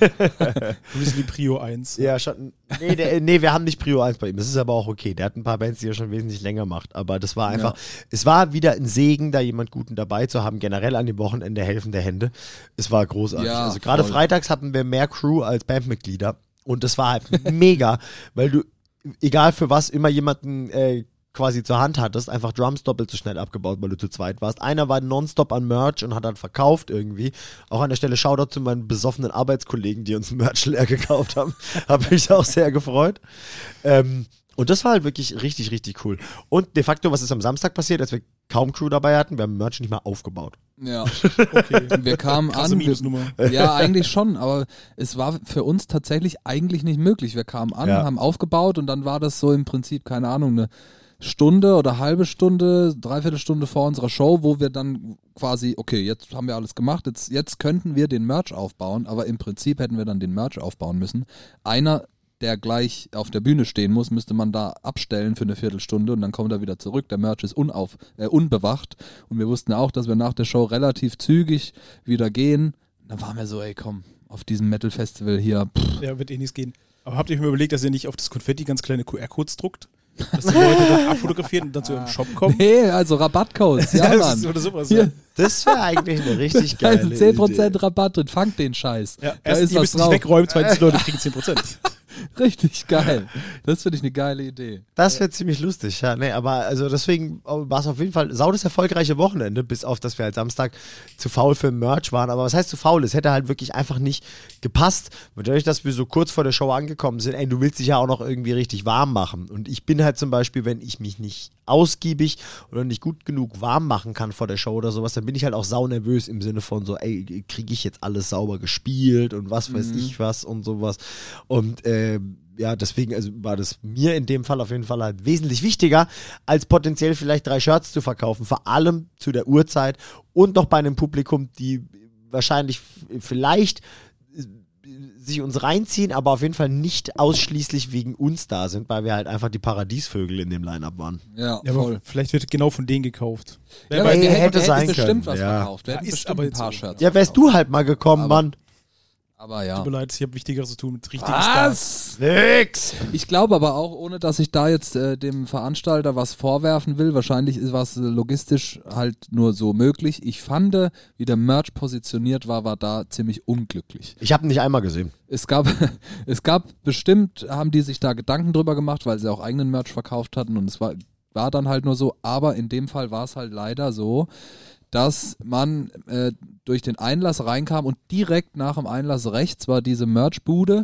[SPEAKER 1] Du bist die Prio eins.
[SPEAKER 4] Ja, schon. Nee, der, nee, wir haben nicht Prio eins bei ihm. Das ist aber auch okay. Der hat ein paar Bands, die er schon wesentlich länger macht. Aber das war einfach, es war wieder ein Segen, da jemand Guten dabei zu haben. Generell an dem Wochenende helfende Hände. Es war großartig.
[SPEAKER 3] Ja,
[SPEAKER 4] also gerade
[SPEAKER 3] voll.
[SPEAKER 4] freitags hatten wir mehr Crew als Bandmitglieder. Und das war halt mega, weil du, egal für was, immer jemanden äh, quasi zur Hand hattest, einfach Drums doppelt so schnell abgebaut, weil du zu zweit warst. Einer war nonstop an Merch und hat dann verkauft irgendwie. Auch an der Stelle Shoutout zu meinen besoffenen Arbeitskollegen, die uns Merch leer gekauft haben. Habe mich auch sehr gefreut. Ähm, und das war halt wirklich richtig, richtig cool. Und de facto, was ist am Samstag passiert, als wir kaum Crew dabei hatten? Wir haben Merch nicht mal aufgebaut.
[SPEAKER 3] Ja.
[SPEAKER 1] Okay.
[SPEAKER 3] Wir kamen
[SPEAKER 1] Krasse
[SPEAKER 3] an. Wir,
[SPEAKER 1] Minusnummer.
[SPEAKER 3] ja, eigentlich schon, aber es war für uns tatsächlich eigentlich nicht möglich. Wir kamen an,
[SPEAKER 4] Ja.
[SPEAKER 3] haben aufgebaut und dann war das so im Prinzip, keine Ahnung, eine Stunde oder halbe Stunde, dreiviertel Stunde vor unserer Show, wo wir dann quasi, okay, jetzt haben wir alles gemacht, jetzt, jetzt könnten wir den Merch aufbauen, aber im Prinzip hätten wir dann den Merch aufbauen müssen. Einer, der gleich auf der Bühne stehen muss, müsste man da abstellen für eine Viertelstunde und dann kommt er wieder zurück. Der Merch ist unauf, äh, unbewacht und wir wussten auch, dass wir nach der Show relativ zügig wieder gehen. Dann waren wir so, ey komm, auf diesem Metal-Festival hier, pff,
[SPEAKER 1] Ja, wird eh nichts gehen. Aber habt ihr euch mal überlegt, dass ihr nicht auf das Konfetti ganz kleine Q R-Codes druckt? Dass die Leute dann abfotografieren und dann zu ihrem Shop kommen?
[SPEAKER 3] nee, also Rabattcodes, ja,
[SPEAKER 1] das
[SPEAKER 3] Mann.
[SPEAKER 1] ist oder sowas.
[SPEAKER 3] Hier,
[SPEAKER 4] Das wäre eigentlich eine richtig
[SPEAKER 3] da
[SPEAKER 4] geile
[SPEAKER 3] ist zehn Prozent
[SPEAKER 4] Idee.
[SPEAKER 3] Rabatt drin, fangt den Scheiß.
[SPEAKER 1] Ja,
[SPEAKER 3] da
[SPEAKER 1] erst,
[SPEAKER 3] ist
[SPEAKER 1] ihr
[SPEAKER 3] was
[SPEAKER 1] müsst nicht
[SPEAKER 3] drauf.
[SPEAKER 1] wegräumen, zweitens die Leute kriegen zehn Prozent.
[SPEAKER 3] Richtig geil. Das finde ich eine geile Idee.
[SPEAKER 4] Das wäre ziemlich lustig, ja. Nee, aber also deswegen war es auf jeden Fall sau das erfolgreiche Wochenende, bis auf, dass wir halt Samstag zu faul für Merch waren. Aber was heißt zu faul? Es hätte halt wirklich einfach nicht gepasst. Und dadurch, dass wir so kurz vor der Show angekommen sind, ey, du willst dich ja auch noch irgendwie richtig warm machen. Und ich bin halt zum Beispiel, wenn ich mich nicht ausgiebig oder nicht gut genug warm machen kann vor der Show oder sowas, dann bin ich halt auch sau nervös im Sinne von so, ey, kriege ich jetzt alles sauber gespielt und was weiß
[SPEAKER 3] Mhm.
[SPEAKER 4] ich was und sowas. Und äh, ja, deswegen also war das mir in dem Fall auf jeden Fall halt wesentlich wichtiger, als potenziell vielleicht drei Shirts zu verkaufen, vor allem zu der Uhrzeit und noch bei einem Publikum, die wahrscheinlich f- vielleicht äh, sich uns reinziehen, aber auf jeden Fall nicht ausschließlich wegen uns da sind, weil wir halt einfach die Paradiesvögel in dem Line-Up waren.
[SPEAKER 3] Ja,
[SPEAKER 1] Ja,
[SPEAKER 3] voll.
[SPEAKER 1] aber vielleicht wird genau von denen gekauft.
[SPEAKER 3] Ja,
[SPEAKER 4] Ey,
[SPEAKER 3] weil wir
[SPEAKER 4] hätte
[SPEAKER 3] hätten, wir
[SPEAKER 4] sein
[SPEAKER 3] hätten bestimmt
[SPEAKER 4] können,
[SPEAKER 3] was
[SPEAKER 4] ja.
[SPEAKER 3] verkauft. Wir
[SPEAKER 1] Ja,
[SPEAKER 3] hätten
[SPEAKER 1] ist
[SPEAKER 3] bestimmt
[SPEAKER 1] aber
[SPEAKER 3] ein
[SPEAKER 1] jetzt
[SPEAKER 3] paar
[SPEAKER 1] so.
[SPEAKER 3] Shirts
[SPEAKER 4] Ja, wärst
[SPEAKER 3] verkauft.
[SPEAKER 4] du halt mal gekommen,
[SPEAKER 3] Aber-
[SPEAKER 4] Mann.
[SPEAKER 3] Aber ja.
[SPEAKER 1] Tut mir leid, ich habe Wichtigeres zu tun mit richtigen Stars.
[SPEAKER 3] Was?
[SPEAKER 4] Nix.
[SPEAKER 3] Ich glaube aber auch, ohne dass ich da jetzt äh, dem Veranstalter was vorwerfen will, wahrscheinlich ist was äh, logistisch halt nur so möglich. Ich fand, wie der Merch positioniert war, war da ziemlich unglücklich.
[SPEAKER 4] Ich habe ihn nicht einmal gesehen.
[SPEAKER 3] Es gab, es gab bestimmt, haben die sich da Gedanken drüber gemacht, weil sie auch eigenen Merch verkauft hatten und es war, war dann halt nur so, aber in dem Fall war es halt leider so, dass man äh, durch den Einlass reinkam und direkt nach dem Einlass rechts war diese Merchbude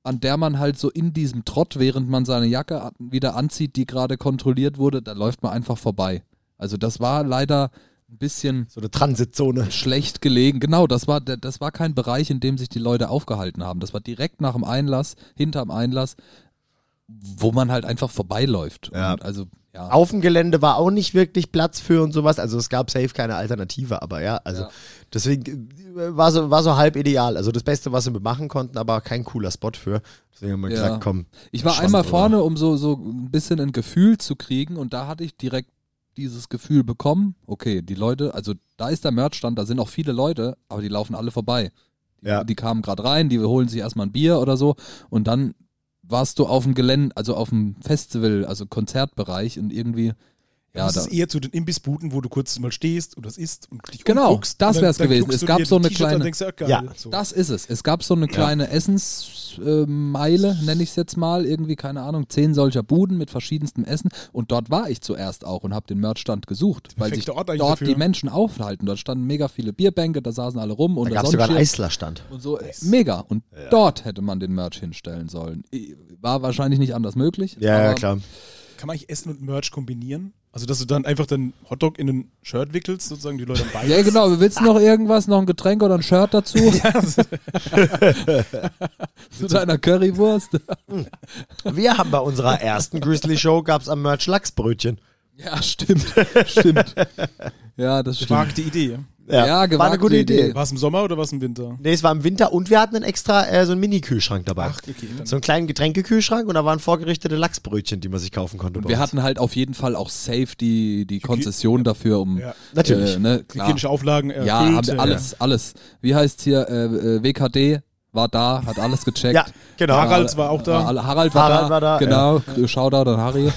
[SPEAKER 3] an der man halt so in diesem Trott, während man seine Jacke wieder anzieht, die gerade kontrolliert wurde, da läuft man einfach vorbei. Also das war leider ein bisschen
[SPEAKER 4] So eine Transitzone.
[SPEAKER 3] schlecht gelegen. Genau, das war, das war kein Bereich, in dem sich die Leute aufgehalten haben. Das war direkt nach dem Einlass, hinterm Einlass, wo man halt einfach vorbeiläuft.
[SPEAKER 4] Ja.
[SPEAKER 3] Und also, ja.
[SPEAKER 4] Auf dem Gelände war auch nicht wirklich Platz für und sowas. Also es gab safe keine Alternative, aber ja, also
[SPEAKER 3] Ja.
[SPEAKER 4] deswegen äh, war so, war so halb ideal. Also das Beste, was wir machen konnten, aber kein cooler Spot für. Deswegen haben wir
[SPEAKER 3] Ja.
[SPEAKER 4] gesagt, komm.
[SPEAKER 3] Ich war
[SPEAKER 4] schwamm
[SPEAKER 3] einmal
[SPEAKER 4] drüber.
[SPEAKER 3] vorne, um so, so ein bisschen ein Gefühl zu kriegen und da hatte ich direkt dieses Gefühl bekommen, okay, die Leute, also da ist der Merchstand, da sind auch viele Leute, aber die laufen alle vorbei. Die,
[SPEAKER 4] Ja.
[SPEAKER 3] die kamen gerade rein, die holen sich erstmal ein Bier oder so und dann warst du auf dem Gelände, also auf dem Festival, also Konzertbereich und irgendwie, ja,
[SPEAKER 1] das
[SPEAKER 3] da,
[SPEAKER 1] ist eher zu den Imbissbuden, wo du kurz mal stehst und das isst und dich
[SPEAKER 3] Genau,
[SPEAKER 1] umguckst.
[SPEAKER 3] das
[SPEAKER 1] und dann-
[SPEAKER 3] wär's
[SPEAKER 1] dann
[SPEAKER 3] gewesen.
[SPEAKER 1] guckst
[SPEAKER 3] Es
[SPEAKER 1] du
[SPEAKER 3] gab
[SPEAKER 1] dir
[SPEAKER 3] so
[SPEAKER 1] ein
[SPEAKER 3] eine
[SPEAKER 1] T-Shirt an
[SPEAKER 3] kleine-
[SPEAKER 1] und denkst, ja, geil.
[SPEAKER 4] Ja.
[SPEAKER 1] So.
[SPEAKER 3] das ist es. Es gab so eine kleine Essensmeile, nenne ich es jetzt mal, irgendwie, keine Ahnung, zehn solcher Buden mit verschiedenstem Essen und dort war ich zuerst auch und habe den Merchstand gesucht, weil sich
[SPEAKER 1] perfekte Ort eigentlich
[SPEAKER 3] dort
[SPEAKER 1] dafür.
[SPEAKER 3] die Menschen aufhalten. Dort standen mega viele Bierbänke, da saßen alle rum und
[SPEAKER 4] Da
[SPEAKER 3] der
[SPEAKER 4] gab es sogar einen
[SPEAKER 3] Sonnenschirm
[SPEAKER 4] Eislerstand.
[SPEAKER 3] und so, äh, mega. Und dort hätte man den Merch hinstellen sollen. War wahrscheinlich nicht anders möglich.
[SPEAKER 4] Ja, ja,
[SPEAKER 3] aber
[SPEAKER 4] klar.
[SPEAKER 1] Kann man eigentlich Essen und Merch kombinieren? Also, dass du dann einfach den Hotdog in ein Shirt wickelst, sozusagen die Leute am Bein.
[SPEAKER 3] Ja, genau. Willst du noch irgendwas, noch ein Getränk oder ein Shirt dazu? Zu deiner Currywurst?
[SPEAKER 4] Wir haben bei unserer ersten Grizzly-Show gab es am Merch Lachsbrötchen.
[SPEAKER 3] Ja, stimmt. Stimmt. Ja, das stimmt.
[SPEAKER 1] Gewagte Idee.
[SPEAKER 3] Ja,
[SPEAKER 4] war eine
[SPEAKER 3] gewagte
[SPEAKER 4] gute Idee.
[SPEAKER 3] Idee.
[SPEAKER 1] War es im Sommer oder war es im Winter?
[SPEAKER 4] Nee, es war im Winter und wir hatten einen extra äh, so einen Mini-Kühlschrank dabei.
[SPEAKER 1] Ach, okay. Dann
[SPEAKER 4] So einen kleinen Getränkekühlschrank und da waren vorgerichtete Lachsbrötchen, die man sich kaufen konnte.
[SPEAKER 3] Und
[SPEAKER 4] bei
[SPEAKER 3] wir
[SPEAKER 4] uns.
[SPEAKER 3] hatten halt auf jeden Fall auch safe die, die Konzession dafür, um
[SPEAKER 1] Ja.
[SPEAKER 4] Natürlich.
[SPEAKER 3] Äh, ne, klar.
[SPEAKER 1] hygienische Auflagen erfüllt.
[SPEAKER 3] Ja, haben wir
[SPEAKER 1] äh,
[SPEAKER 3] alles, alles. Wie heißt hier, äh, äh, W K D war da, hat alles gecheckt.
[SPEAKER 4] Ja, genau.
[SPEAKER 1] Harald war auch da.
[SPEAKER 3] War, Harald war
[SPEAKER 4] Harald
[SPEAKER 3] da,
[SPEAKER 4] war da,
[SPEAKER 3] genau. Shoutout an Harry.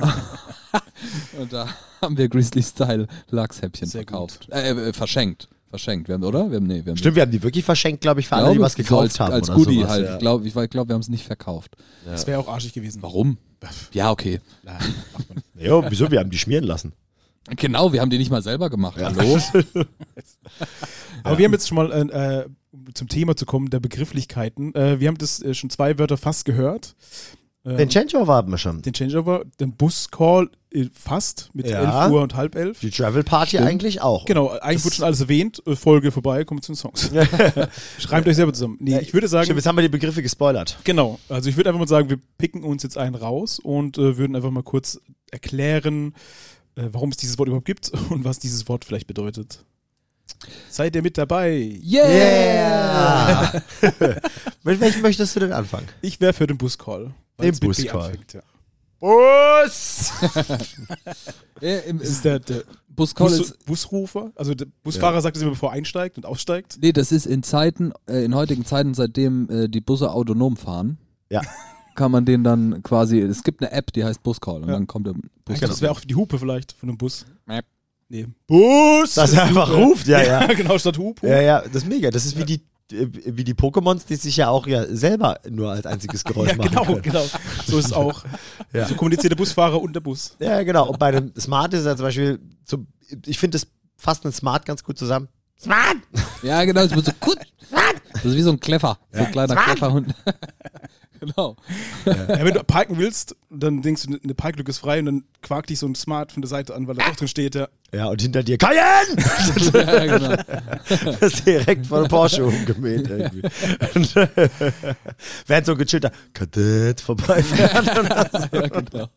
[SPEAKER 3] Und da haben wir Grizzly-Style Lachshäppchen
[SPEAKER 1] Sehr
[SPEAKER 3] verkauft. Äh, äh, verschenkt. Verschenkt, wir haben, oder? Wir haben, nee, wir haben
[SPEAKER 4] Stimmt, wir haben die wirklich verschenkt, glaube ich, für alle,
[SPEAKER 3] glaube,
[SPEAKER 4] die was
[SPEAKER 3] so
[SPEAKER 4] gekauft
[SPEAKER 3] als,
[SPEAKER 4] haben.
[SPEAKER 3] Als
[SPEAKER 4] oder
[SPEAKER 3] Goodie
[SPEAKER 4] sowas,
[SPEAKER 3] halt.
[SPEAKER 4] Ja.
[SPEAKER 3] Ich glaube, ich, ich glaub, wir haben es nicht verkauft.
[SPEAKER 1] Das wäre auch arschig gewesen.
[SPEAKER 3] Warum? Ja, okay.
[SPEAKER 1] Na, macht man nicht.
[SPEAKER 4] Jo, wieso? Wir haben die schmieren lassen.
[SPEAKER 3] Genau, wir haben die nicht mal selber gemacht. Hallo?
[SPEAKER 1] Aber wir haben jetzt schon mal, äh, um zum Thema zu kommen, der Begrifflichkeiten. Äh, wir haben das äh, schon zwei Wörter fast gehört. Ähm,
[SPEAKER 4] Den Changeover hatten wir schon.
[SPEAKER 1] den Changeover, den Buscall äh, fast mit
[SPEAKER 4] Ja.
[SPEAKER 1] elf Uhr und halb elf.
[SPEAKER 4] Die Travel Party
[SPEAKER 3] Stimmt.
[SPEAKER 4] eigentlich auch.
[SPEAKER 1] Genau, eigentlich wurde schon alles erwähnt. Äh, Folge vorbei, kommen wir zu den Songs. Schreibt euch selber zusammen. Nee, ich würde sagen,
[SPEAKER 4] Stimmt, jetzt haben wir die Begriffe gespoilert.
[SPEAKER 1] genau. Also ich würde einfach mal sagen, wir picken uns jetzt einen raus und äh, würden einfach mal kurz erklären, äh, warum es dieses Wort überhaupt gibt und was dieses Wort vielleicht bedeutet. Seid ihr mit dabei?
[SPEAKER 3] Yeah!
[SPEAKER 4] Yeah! Mit welchem möchtest du denn anfangen?
[SPEAKER 1] Ich wäre für den Buscall. weil
[SPEAKER 4] Den
[SPEAKER 1] es mit B
[SPEAKER 4] Buscall.
[SPEAKER 1] anfängt, ja.
[SPEAKER 4] Bus!
[SPEAKER 3] Äh, im,
[SPEAKER 1] Das ist der, der
[SPEAKER 3] Buscall
[SPEAKER 1] Bus,
[SPEAKER 3] ist,
[SPEAKER 1] Busrufer. Also der Busfahrer sagt es immer, bevor er einsteigt und aussteigt.
[SPEAKER 3] nee, das ist in Zeiten, äh, in heutigen Zeiten, seitdem äh, die Busse autonom fahren,
[SPEAKER 4] Ja.
[SPEAKER 3] kann man den dann quasi, es gibt eine App, die heißt Buscall und
[SPEAKER 1] Ja.
[SPEAKER 3] dann kommt der Bus.
[SPEAKER 1] Das wäre auch die Hupe vielleicht von einem Bus.
[SPEAKER 3] Mäp.
[SPEAKER 1] Nee. Bus!
[SPEAKER 4] Dass er einfach ruft, ja, ja.
[SPEAKER 1] genau, statt Hupe.
[SPEAKER 4] Ja, ja, das ist mega. Das ist wie die, äh, wie die Pokémons, die sich ja auch ja selber nur als einziges Geräusch
[SPEAKER 1] Ja,
[SPEAKER 4] machen
[SPEAKER 1] genau,
[SPEAKER 4] können.
[SPEAKER 1] genau. So ist es auch.
[SPEAKER 4] Ja.
[SPEAKER 1] So kommuniziert der Busfahrer und der Bus.
[SPEAKER 4] Ja, genau. Und bei dem Smart ist es ja zum Beispiel, so, ich finde das fasst ein Smart ganz gut zusammen. Smart!
[SPEAKER 3] Ja, genau, das wird so gut. Das ist wie so ein Kleffer, so ein kleiner
[SPEAKER 4] Smart.
[SPEAKER 3] Klefferhund. Genau.
[SPEAKER 1] Ja, wenn du parken willst, dann denkst du, eine Parklücke ist frei und dann quakt dich so ein Smart von der Seite an, weil da auch drin steht, ja.
[SPEAKER 4] Ja, und hinter dir Cayenne!
[SPEAKER 3] Ja, genau.
[SPEAKER 4] Das ist direkt von Porsche umgemäht irgendwie. Und, äh, während so ein gechillter Kadett vorbeifährt.
[SPEAKER 3] Ja, genau.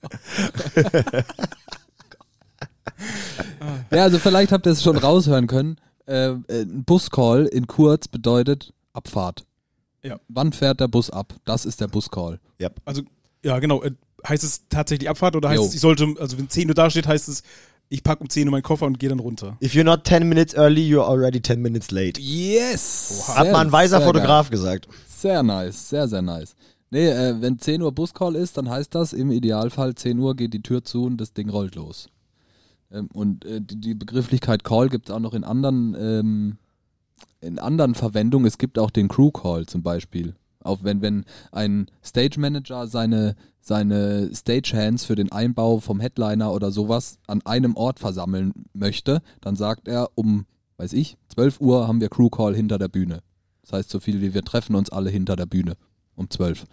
[SPEAKER 3] Ja, also vielleicht habt ihr es schon raushören können. Äh, äh, ein Buscall in kurz bedeutet Abfahrt.
[SPEAKER 1] Ja.
[SPEAKER 3] Wann fährt der Bus ab? Das ist der Buscall.
[SPEAKER 1] Also, ja, genau. Äh, heißt es tatsächlich Abfahrt oder heißt
[SPEAKER 3] Jo.
[SPEAKER 1] es, ich sollte, also wenn zehn Uhr da steht, heißt es, ich packe um zehn Uhr meinen Koffer und gehe dann runter.
[SPEAKER 4] If you're not ten minutes early, you're already ten minutes late.
[SPEAKER 3] Yes!
[SPEAKER 4] Hat mal ein weiser
[SPEAKER 3] sehr
[SPEAKER 4] Fotograf gesagt.
[SPEAKER 3] Geil. Sehr nice, sehr, sehr nice. Nee, äh, wenn zehn Uhr Buscall ist, dann heißt das im Idealfall zehn Uhr geht die Tür zu und das Ding rollt los. Ähm, und äh, die, die Begrifflichkeit Call gibt es auch noch in anderen, ähm, in anderen Verwendungen. Es gibt auch den Crew Call zum Beispiel. Auch wenn, wenn ein Stage Manager seine, seine Stagehands für den Einbau vom Headliner oder sowas an einem Ort versammeln möchte, dann sagt er, um, weiß ich, zwölf Uhr haben wir Crew Call hinter der Bühne. Das heißt so viel wie wir treffen uns alle hinter der Bühne. um zwölf.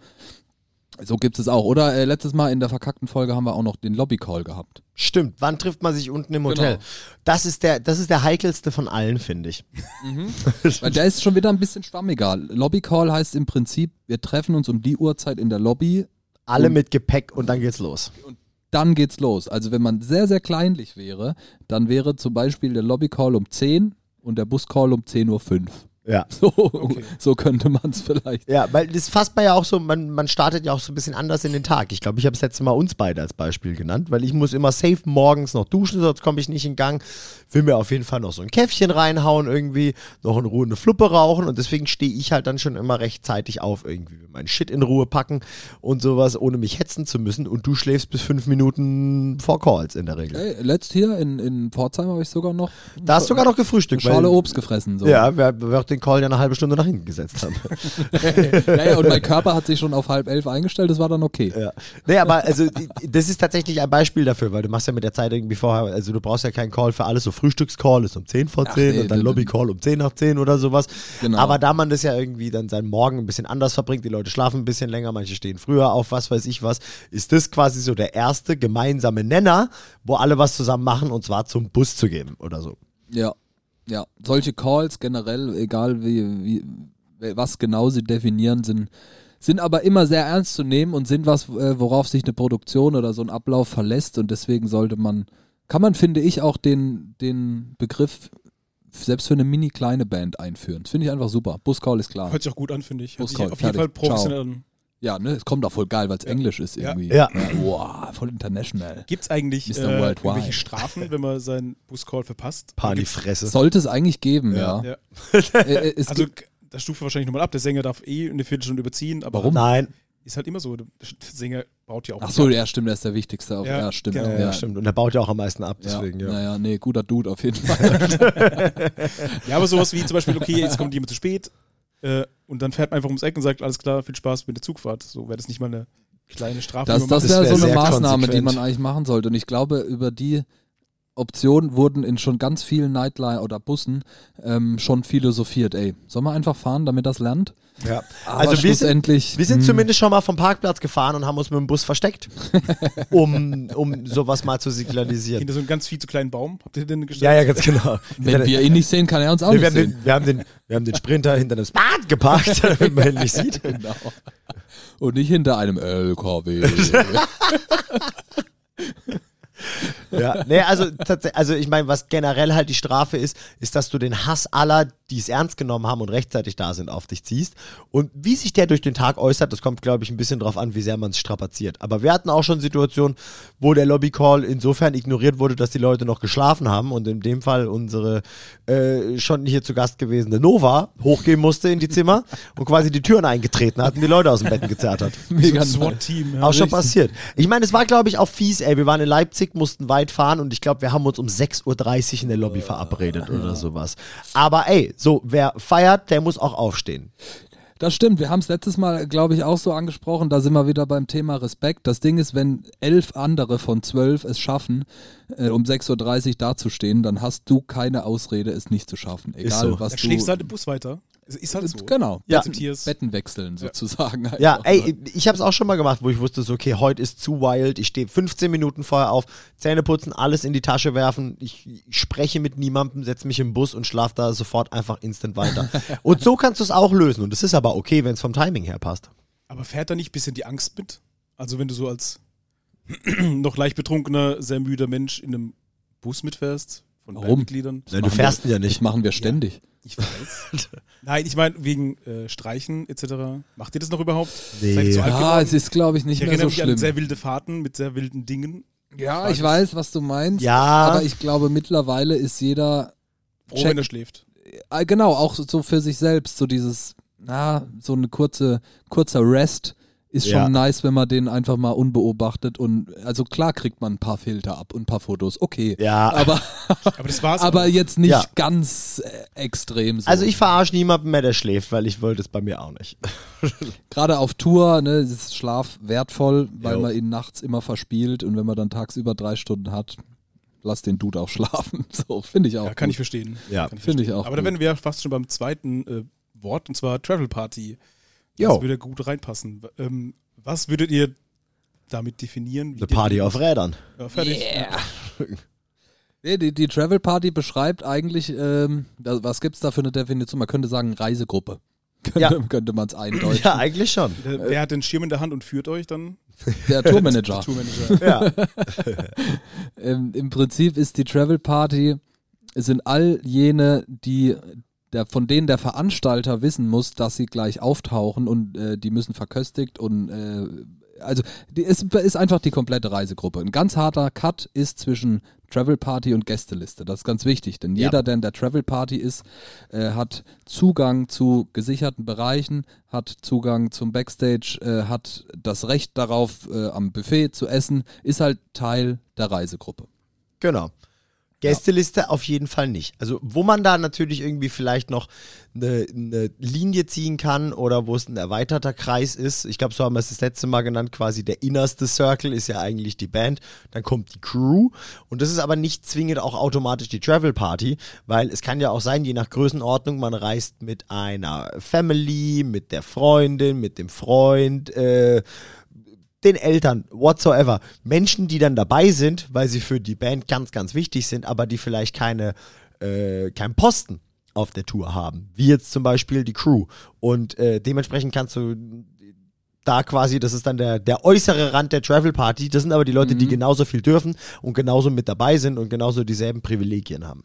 [SPEAKER 3] So gibt es auch. Oder äh, letztes Mal in der verkackten Folge haben wir auch noch den Lobby-Call gehabt.
[SPEAKER 4] Stimmt, wann trifft man sich unten im Hotel?
[SPEAKER 3] Genau.
[SPEAKER 4] Das ist der, das ist der heikelste von allen, finde ich.
[SPEAKER 3] Mhm. Weil der ist schon wieder ein bisschen schwammiger. Lobby-Call heißt im Prinzip, wir treffen uns um die Uhrzeit in der Lobby.
[SPEAKER 4] Alle
[SPEAKER 3] Und-
[SPEAKER 4] mit Gepäck und dann geht's los.
[SPEAKER 3] Dann geht's los. Also wenn man sehr, sehr kleinlich wäre, dann wäre zum Beispiel der Lobby-Call um zehn und der Bus-Call um zehn Uhr fünf.
[SPEAKER 4] Ja.
[SPEAKER 3] So, so könnte man es vielleicht.
[SPEAKER 4] Ja, weil das fasst man ja auch so, man, man startet ja auch so ein bisschen anders in den Tag. Ich glaube, ich habe das letzte Mal uns beide als Beispiel genannt, weil ich muss immer safe morgens noch duschen, sonst komme ich nicht in Gang. Will mir auf jeden Fall noch so ein Käffchen reinhauen irgendwie, noch in Ruhe eine Fluppe rauchen und deswegen stehe ich halt dann schon immer rechtzeitig auf irgendwie, will meinen Shit in Ruhe packen und sowas, ohne mich hetzen zu müssen und du schläfst bis fünf Minuten vor Calls in der Regel.
[SPEAKER 3] Ey, letzt hier in, in Pforzheim habe ich sogar noch
[SPEAKER 4] Da hast du sogar noch gefrühstückt.
[SPEAKER 3] eine Schale
[SPEAKER 4] weil-
[SPEAKER 3] Obst gefressen. So.
[SPEAKER 4] Ja, wir, wir auch den Call ja eine halbe Stunde nach hinten gesetzt haben.
[SPEAKER 3] ja, ja, und mein Körper hat sich schon auf halb elf eingestellt, das war dann okay.
[SPEAKER 4] Ja. Nee, aber also das ist tatsächlich ein Beispiel dafür, weil du machst ja mit der Zeit irgendwie vorher, also du brauchst ja keinen Call für alles, so Frühstückscall ist um zehn vor
[SPEAKER 3] Ach,
[SPEAKER 4] zehn
[SPEAKER 3] nee,
[SPEAKER 4] und dann
[SPEAKER 3] nee,
[SPEAKER 4] Lobbycall um zehn nach zehn oder sowas.
[SPEAKER 3] Genau.
[SPEAKER 4] Aber da man das ja irgendwie dann seinen Morgen ein bisschen anders verbringt, die Leute schlafen ein bisschen länger, manche stehen früher auf, was weiß ich was, ist das quasi so der erste gemeinsame Nenner, wo alle was zusammen machen und zwar zum Bus zu gehen oder so.
[SPEAKER 3] Ja, ja. Solche Calls generell, egal wie, wie was genau sie definieren, sind, sind aber immer sehr ernst zu nehmen und sind was, äh, worauf sich eine Produktion oder so ein Ablauf verlässt und deswegen sollte man, kann man, finde ich, auch den, den Begriff selbst für eine mini kleine Band einführen. Das finde ich einfach super. Buscall ist klar.
[SPEAKER 1] Hört sich auch gut an, finde ich. Hört sich
[SPEAKER 3] Buscall,
[SPEAKER 1] auf jeden
[SPEAKER 3] fertig.
[SPEAKER 1] Fall professionell an.
[SPEAKER 3] Ja, ne, es kommt auch voll geil, weil es Englisch ist
[SPEAKER 1] Ja.
[SPEAKER 3] irgendwie.
[SPEAKER 4] Ja.
[SPEAKER 3] Wow, voll international.
[SPEAKER 1] Gibt es eigentlich
[SPEAKER 3] Mister
[SPEAKER 1] äh,
[SPEAKER 3] Worldwide.
[SPEAKER 1] irgendwelche Strafen, wenn man seinen Buscall verpasst?
[SPEAKER 4] Paar in die
[SPEAKER 1] Gibt's-
[SPEAKER 4] Fresse.
[SPEAKER 3] Sollte es eigentlich geben, ja.
[SPEAKER 1] Ja.
[SPEAKER 3] Äh, äh, es
[SPEAKER 1] Also,
[SPEAKER 3] gibt,
[SPEAKER 1] das stuft wahrscheinlich nochmal ab. Der Sänger darf eh eine Viertelstunde überziehen, aber
[SPEAKER 3] Warum?
[SPEAKER 4] Nein,
[SPEAKER 1] ist halt immer so. Der Sänger baut ja auch.
[SPEAKER 3] ach so, ja, stimmt, der ist der Wichtigste. Auf, ja,
[SPEAKER 1] Ja,
[SPEAKER 3] stimmt.
[SPEAKER 1] genau.
[SPEAKER 4] ja,
[SPEAKER 3] ja,
[SPEAKER 4] stimmt. Und er baut ja auch am meisten ab,
[SPEAKER 3] Ja,
[SPEAKER 4] deswegen, ja.
[SPEAKER 3] Naja, nee, guter Dude auf jeden Fall.
[SPEAKER 1] Ja, aber sowas wie zum Beispiel, okay, jetzt kommt jemand zu spät äh, und dann fährt man einfach ums Eck und sagt, alles klar, viel Spaß mit der Zugfahrt. So wäre das nicht mal eine kleine Strafe.
[SPEAKER 3] Das,
[SPEAKER 1] die man
[SPEAKER 3] das
[SPEAKER 1] macht.
[SPEAKER 3] wäre
[SPEAKER 4] wär
[SPEAKER 3] so eine
[SPEAKER 4] sehr
[SPEAKER 3] Maßnahme, die
[SPEAKER 4] konsequent.
[SPEAKER 3] man eigentlich machen sollte. Und ich glaube, über die Option wurden in schon ganz vielen Nightline oder Bussen ähm, schon philosophiert. Ey, soll man einfach fahren, damit das lernt?
[SPEAKER 4] Ja.
[SPEAKER 3] Aber
[SPEAKER 4] Also wir sind,
[SPEAKER 3] schlussendlich.
[SPEAKER 4] wir sind
[SPEAKER 3] hm,
[SPEAKER 4] zumindest schon mal vom Parkplatz gefahren und haben uns mit dem Bus versteckt, um, um sowas mal zu signalisieren.
[SPEAKER 1] Hinter so einem ganz viel zu kleinen Baum. Habt ihr den gestellt?
[SPEAKER 4] Ja, ja, ganz genau.
[SPEAKER 3] Wenn wir ihn nicht sehen, kann er uns auch
[SPEAKER 4] Nee, wir,
[SPEAKER 3] nicht
[SPEAKER 4] haben
[SPEAKER 3] sehen.
[SPEAKER 4] den, wir, haben den, wir haben den Sprinter hinter einem Spad geparkt, damit man ihn nicht sieht.
[SPEAKER 3] Genau. Und nicht hinter einem L K W.
[SPEAKER 4] Ja, nee, also, tats- also ich meine, was generell halt die Strafe ist, ist, dass du den Hass aller, die es ernst genommen haben und rechtzeitig da sind, auf dich ziehst. Und wie sich der durch den Tag äußert, das kommt, glaube ich, ein bisschen drauf an, wie sehr man es strapaziert. Aber wir hatten auch schon Situationen, wo der Lobbycall insofern ignoriert wurde, dass die Leute noch geschlafen haben und in dem Fall unsere äh, schon hier zu Gast gewesene Nova hochgehen musste in die Zimmer und quasi die Türen eingetreten hat und die Leute aus dem Bett gezerrt hat.
[SPEAKER 3] Mega
[SPEAKER 1] so ein
[SPEAKER 3] nice.
[SPEAKER 1] SWAT-Team. Ja.
[SPEAKER 4] Auch schon
[SPEAKER 3] richtig.
[SPEAKER 4] passiert. Ich meine, es war, glaube ich, auch fies, ey. Wir waren in Leipzig, mussten weit fahren und ich glaube, wir haben uns um sechs Uhr dreißig in der Lobby verabredet oder sowas. Aber ey, so, wer feiert, der muss auch aufstehen.
[SPEAKER 3] Das stimmt, wir haben es letztes Mal, glaube ich, auch so angesprochen, da sind wir wieder beim Thema Respekt. Das Ding ist, wenn elf andere von zwölf es schaffen, äh, um sechs Uhr dreißig dazustehen, dann hast du keine Ausrede, es nicht zu schaffen. Egal,
[SPEAKER 4] so.
[SPEAKER 3] was
[SPEAKER 1] Da
[SPEAKER 3] du...
[SPEAKER 1] schläfst du halt im Bus weiter. Es ist halt so.
[SPEAKER 3] Genau,
[SPEAKER 4] Ja.
[SPEAKER 1] Akzeptierst.
[SPEAKER 3] Betten wechseln sozusagen.
[SPEAKER 4] Ja,
[SPEAKER 3] einfach.
[SPEAKER 4] ey, ich habe es auch schon mal gemacht, wo ich wusste, so, okay, heute ist zu wild. Ich stehe fünfzehn Minuten vorher auf, Zähne putzen, alles in die Tasche werfen. Ich, ich spreche mit niemandem, setze mich im Bus und schlafe da sofort einfach instant weiter. Und so kannst du es auch lösen. Und es ist aber okay, wenn es vom Timing her passt.
[SPEAKER 1] Aber fährt da nicht ein bisschen die Angst mit? Also wenn du so als noch leicht betrunkener, sehr müder Mensch in einem Bus mitfährst von
[SPEAKER 3] Warum?
[SPEAKER 1] Bandmitgliedern?
[SPEAKER 4] Ja, du
[SPEAKER 3] machen
[SPEAKER 4] fährst ihn ja
[SPEAKER 3] Das
[SPEAKER 4] nicht.
[SPEAKER 3] machen wir ständig.
[SPEAKER 1] Ich weiß. Nein, ich meine wegen äh, Streichen et cetera. Macht ihr das noch überhaupt?
[SPEAKER 4] Nee.
[SPEAKER 1] Seid ihr so alt
[SPEAKER 3] Ja,
[SPEAKER 1] geworden?
[SPEAKER 3] es ist, glaube ich, nicht
[SPEAKER 1] ich
[SPEAKER 3] mehr
[SPEAKER 1] erinnere
[SPEAKER 3] so
[SPEAKER 1] mich an
[SPEAKER 3] schlimm.
[SPEAKER 1] sehr wilde Fahrten mit sehr wilden Dingen.
[SPEAKER 3] Ja, ich weiß, was du meinst.
[SPEAKER 4] Ja.
[SPEAKER 3] Aber ich glaube, mittlerweile ist jeder,
[SPEAKER 1] Froh,
[SPEAKER 3] Check.
[SPEAKER 1] wenn er schläft.
[SPEAKER 3] äh, genau, auch so- so für sich selbst, so dieses, na, so eine kurze, kurzer Rest ist schon
[SPEAKER 4] Ja.
[SPEAKER 3] nice, wenn man den einfach mal unbeobachtet und, also klar kriegt man ein paar Filter ab und ein paar Fotos, okay.
[SPEAKER 4] Ja,
[SPEAKER 3] Aber,
[SPEAKER 1] Aber das war's.
[SPEAKER 3] aber jetzt nicht
[SPEAKER 4] Ja.
[SPEAKER 3] ganz äh, extrem so.
[SPEAKER 4] also ich verarsche niemanden mehr, der schläft, weil ich wollte es bei mir auch nicht.
[SPEAKER 3] Gerade auf Tour, ne, ist Schlaf wertvoll, weil
[SPEAKER 4] Jo.
[SPEAKER 3] man ihn nachts immer verspielt und wenn man dann tagsüber drei Stunden hat, lass den Dude auch schlafen. So, finde ich auch.
[SPEAKER 1] Ja, kann
[SPEAKER 3] gut.
[SPEAKER 1] ich verstehen.
[SPEAKER 4] Ja,
[SPEAKER 1] Kann
[SPEAKER 3] finde ich
[SPEAKER 1] verstehen.
[SPEAKER 3] auch
[SPEAKER 1] Aber da
[SPEAKER 3] gut.
[SPEAKER 1] wären wir fast schon beim zweiten äh, Wort, und zwar Travel Party.
[SPEAKER 4] Jo.
[SPEAKER 1] Das würde gut reinpassen. Ähm, was würdet ihr damit definieren?
[SPEAKER 4] Eine Party auf Rädern.
[SPEAKER 1] Ja, fertig.
[SPEAKER 3] Yeah. Nee, die, die Travel Party beschreibt eigentlich, ähm, da, was gibt's da für eine Definition? Man könnte sagen Reisegruppe. Könnte,
[SPEAKER 4] Ja.
[SPEAKER 3] könnte man es eindeutschen.
[SPEAKER 4] Ja, eigentlich schon.
[SPEAKER 1] Wer, wer hat den Schirm in der Hand und führt euch dann?
[SPEAKER 3] Der Tourmanager.
[SPEAKER 1] Tourmanager.
[SPEAKER 4] Ja.
[SPEAKER 3] ähm, Im Prinzip ist die Travel Party, es sind all jene, die der, von denen der Veranstalter wissen muss, dass sie gleich auftauchen und äh, die müssen verköstigt und äh, also die ist, ist einfach die komplette Reisegruppe. Ein ganz harter Cut ist zwischen Travel Party und Gästeliste. Das ist ganz wichtig, denn
[SPEAKER 4] Ja.
[SPEAKER 3] jeder, der in der Travel Party ist, äh, hat Zugang zu gesicherten Bereichen, hat Zugang zum Backstage, äh, hat das Recht darauf, äh, am Buffet zu essen, ist halt Teil der Reisegruppe.
[SPEAKER 4] Genau. Gästeliste auf jeden Fall nicht. Also wo man da natürlich irgendwie vielleicht noch eine, eine Linie ziehen kann oder wo es ein erweiterter Kreis ist. Ich glaube, so haben wir es das letzte Mal genannt, quasi der innerste Circle ist ja eigentlich die Band. Dann kommt die Crew und das ist aber nicht zwingend auch automatisch die Travel Party, weil es kann ja auch sein, je nach Größenordnung, man reist mit einer Family, mit der Freundin, mit dem Freund, äh, den Eltern, whatsoever. Menschen, die dann dabei sind, weil sie für die Band ganz, ganz wichtig sind, aber die vielleicht keine, äh, keinen Posten auf der Tour haben. Wie jetzt zum Beispiel die Crew. Und äh, dementsprechend kannst du da quasi, das ist dann der, der äußere Rand der Travel Party, das sind aber die Leute,
[SPEAKER 3] Mhm.
[SPEAKER 4] die genauso viel dürfen und genauso mit dabei sind und genauso dieselben Privilegien haben.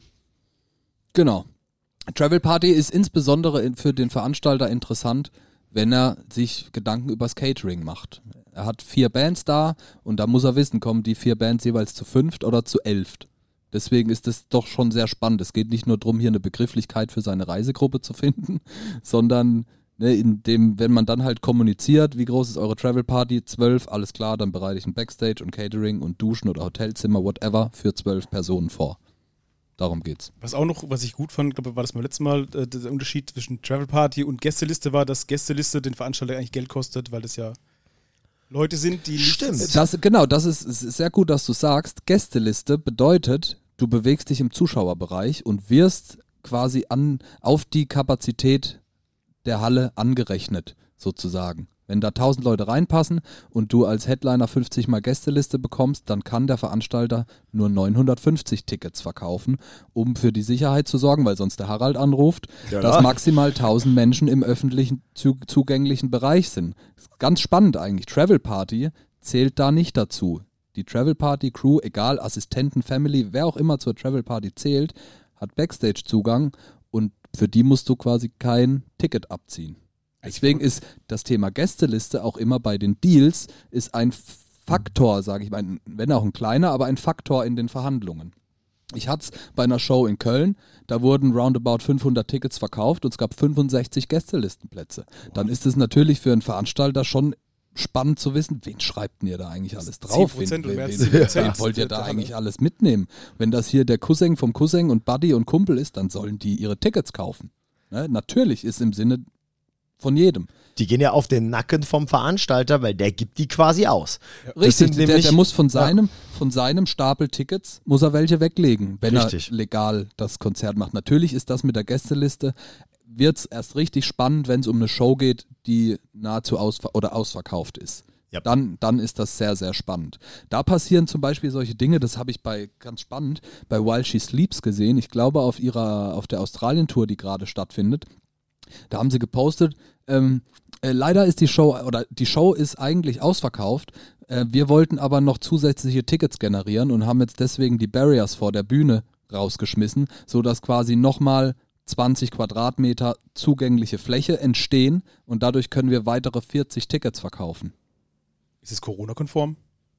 [SPEAKER 3] Genau. Travel Party ist insbesondere in, für den Veranstalter interessant, wenn er sich Gedanken übers Catering macht. Er hat vier Bands da und da muss er wissen, kommen die vier Bands jeweils zu fünft oder zu elft. Deswegen ist das doch schon sehr spannend. Es geht nicht nur darum, hier eine Begrifflichkeit für seine Reisegruppe zu finden, sondern ne, in dem, wenn man dann halt kommuniziert, wie groß ist eure Travel Party, zwölf, alles klar, dann bereite ich ein Backstage und Catering und Duschen oder Hotelzimmer, whatever, für zwölf Personen vor. Darum geht's.
[SPEAKER 1] Was auch noch, was ich gut fand, glaube war das beim letzten Mal, äh, der Unterschied zwischen Travel Party und Gästeliste war, dass Gästeliste den Veranstalter eigentlich Geld kostet, weil das ja Leute sind, die nicht...
[SPEAKER 4] Stimmt.
[SPEAKER 3] Das, genau, das ist, es ist sehr gut, dass du sagst. Gästeliste bedeutet, du bewegst dich im Zuschauerbereich und wirst quasi an, auf die Kapazität der Halle angerechnet, sozusagen. Wenn da tausend Leute reinpassen und du als Headliner fünfzig mal Gästeliste bekommst, dann kann der Veranstalter nur neunhundertfünfzig Tickets verkaufen, um für die Sicherheit zu sorgen, weil sonst der Harald anruft,
[SPEAKER 4] Ja.
[SPEAKER 3] dass maximal tausend Menschen im öffentlichen zu, zugänglichen Bereich sind. Ganz spannend eigentlich. Travel Party zählt da nicht dazu. Die Travel Party Crew, egal Assistenten, Family, wer auch immer zur Travel Party zählt, hat Backstage-Zugang und für die musst du quasi kein Ticket abziehen. Deswegen ist das Thema Gästeliste auch immer bei den Deals ist ein Faktor, sage ich mal, wenn auch ein kleiner, aber ein Faktor in den Verhandlungen. Ich hatte es bei einer Show in Köln, da wurden roundabout fünfhundert Tickets verkauft und es gab fünfundsechzig Gästelistenplätze. Dann ist es natürlich für einen Veranstalter schon spannend zu wissen, wen schreibt denn ihr da eigentlich alles drauf?
[SPEAKER 1] zehn Prozent
[SPEAKER 3] wen,
[SPEAKER 1] und mehr
[SPEAKER 3] wen,
[SPEAKER 1] als zehn Prozent
[SPEAKER 3] wen wollt ihr da
[SPEAKER 1] der Halle.
[SPEAKER 3] eigentlich alles mitnehmen? Wenn das hier der Cousin vom Cousin und Buddy und Kumpel ist, dann sollen die ihre Tickets kaufen. Ne? Natürlich ist im Sinne von jedem.
[SPEAKER 4] Die gehen ja auf den Nacken vom Veranstalter, weil der gibt die quasi aus. Das
[SPEAKER 3] Richtig,
[SPEAKER 4] sind
[SPEAKER 3] der,
[SPEAKER 4] nämlich-
[SPEAKER 3] der muss von seinem, von seinem Stapel Tickets, muss er welche weglegen, wenn
[SPEAKER 4] Richtig.
[SPEAKER 3] er legal das Konzert macht. Natürlich ist das mit der Gästeliste, wird es erst richtig spannend, wenn es um eine Show geht, die nahezu ausver- oder ausverkauft ist.
[SPEAKER 4] Ja.
[SPEAKER 3] Dann, dann ist das sehr, sehr spannend. Da passieren zum Beispiel solche Dinge, das habe ich bei, ganz spannend, bei While She Sleeps gesehen. Ich glaube auf ihrer, auf der Australien-Tour, die gerade stattfindet. Da haben sie gepostet, ähm, äh, leider ist die Show, oder die Show ist eigentlich ausverkauft. Äh, wir wollten aber noch zusätzliche Tickets generieren und haben jetzt deswegen die Barriers vor der Bühne rausgeschmissen, sodass quasi nochmal zwanzig Quadratmeter zugängliche Fläche entstehen und dadurch können wir weitere vierzig Tickets verkaufen.
[SPEAKER 1] Ist es Corona-konform?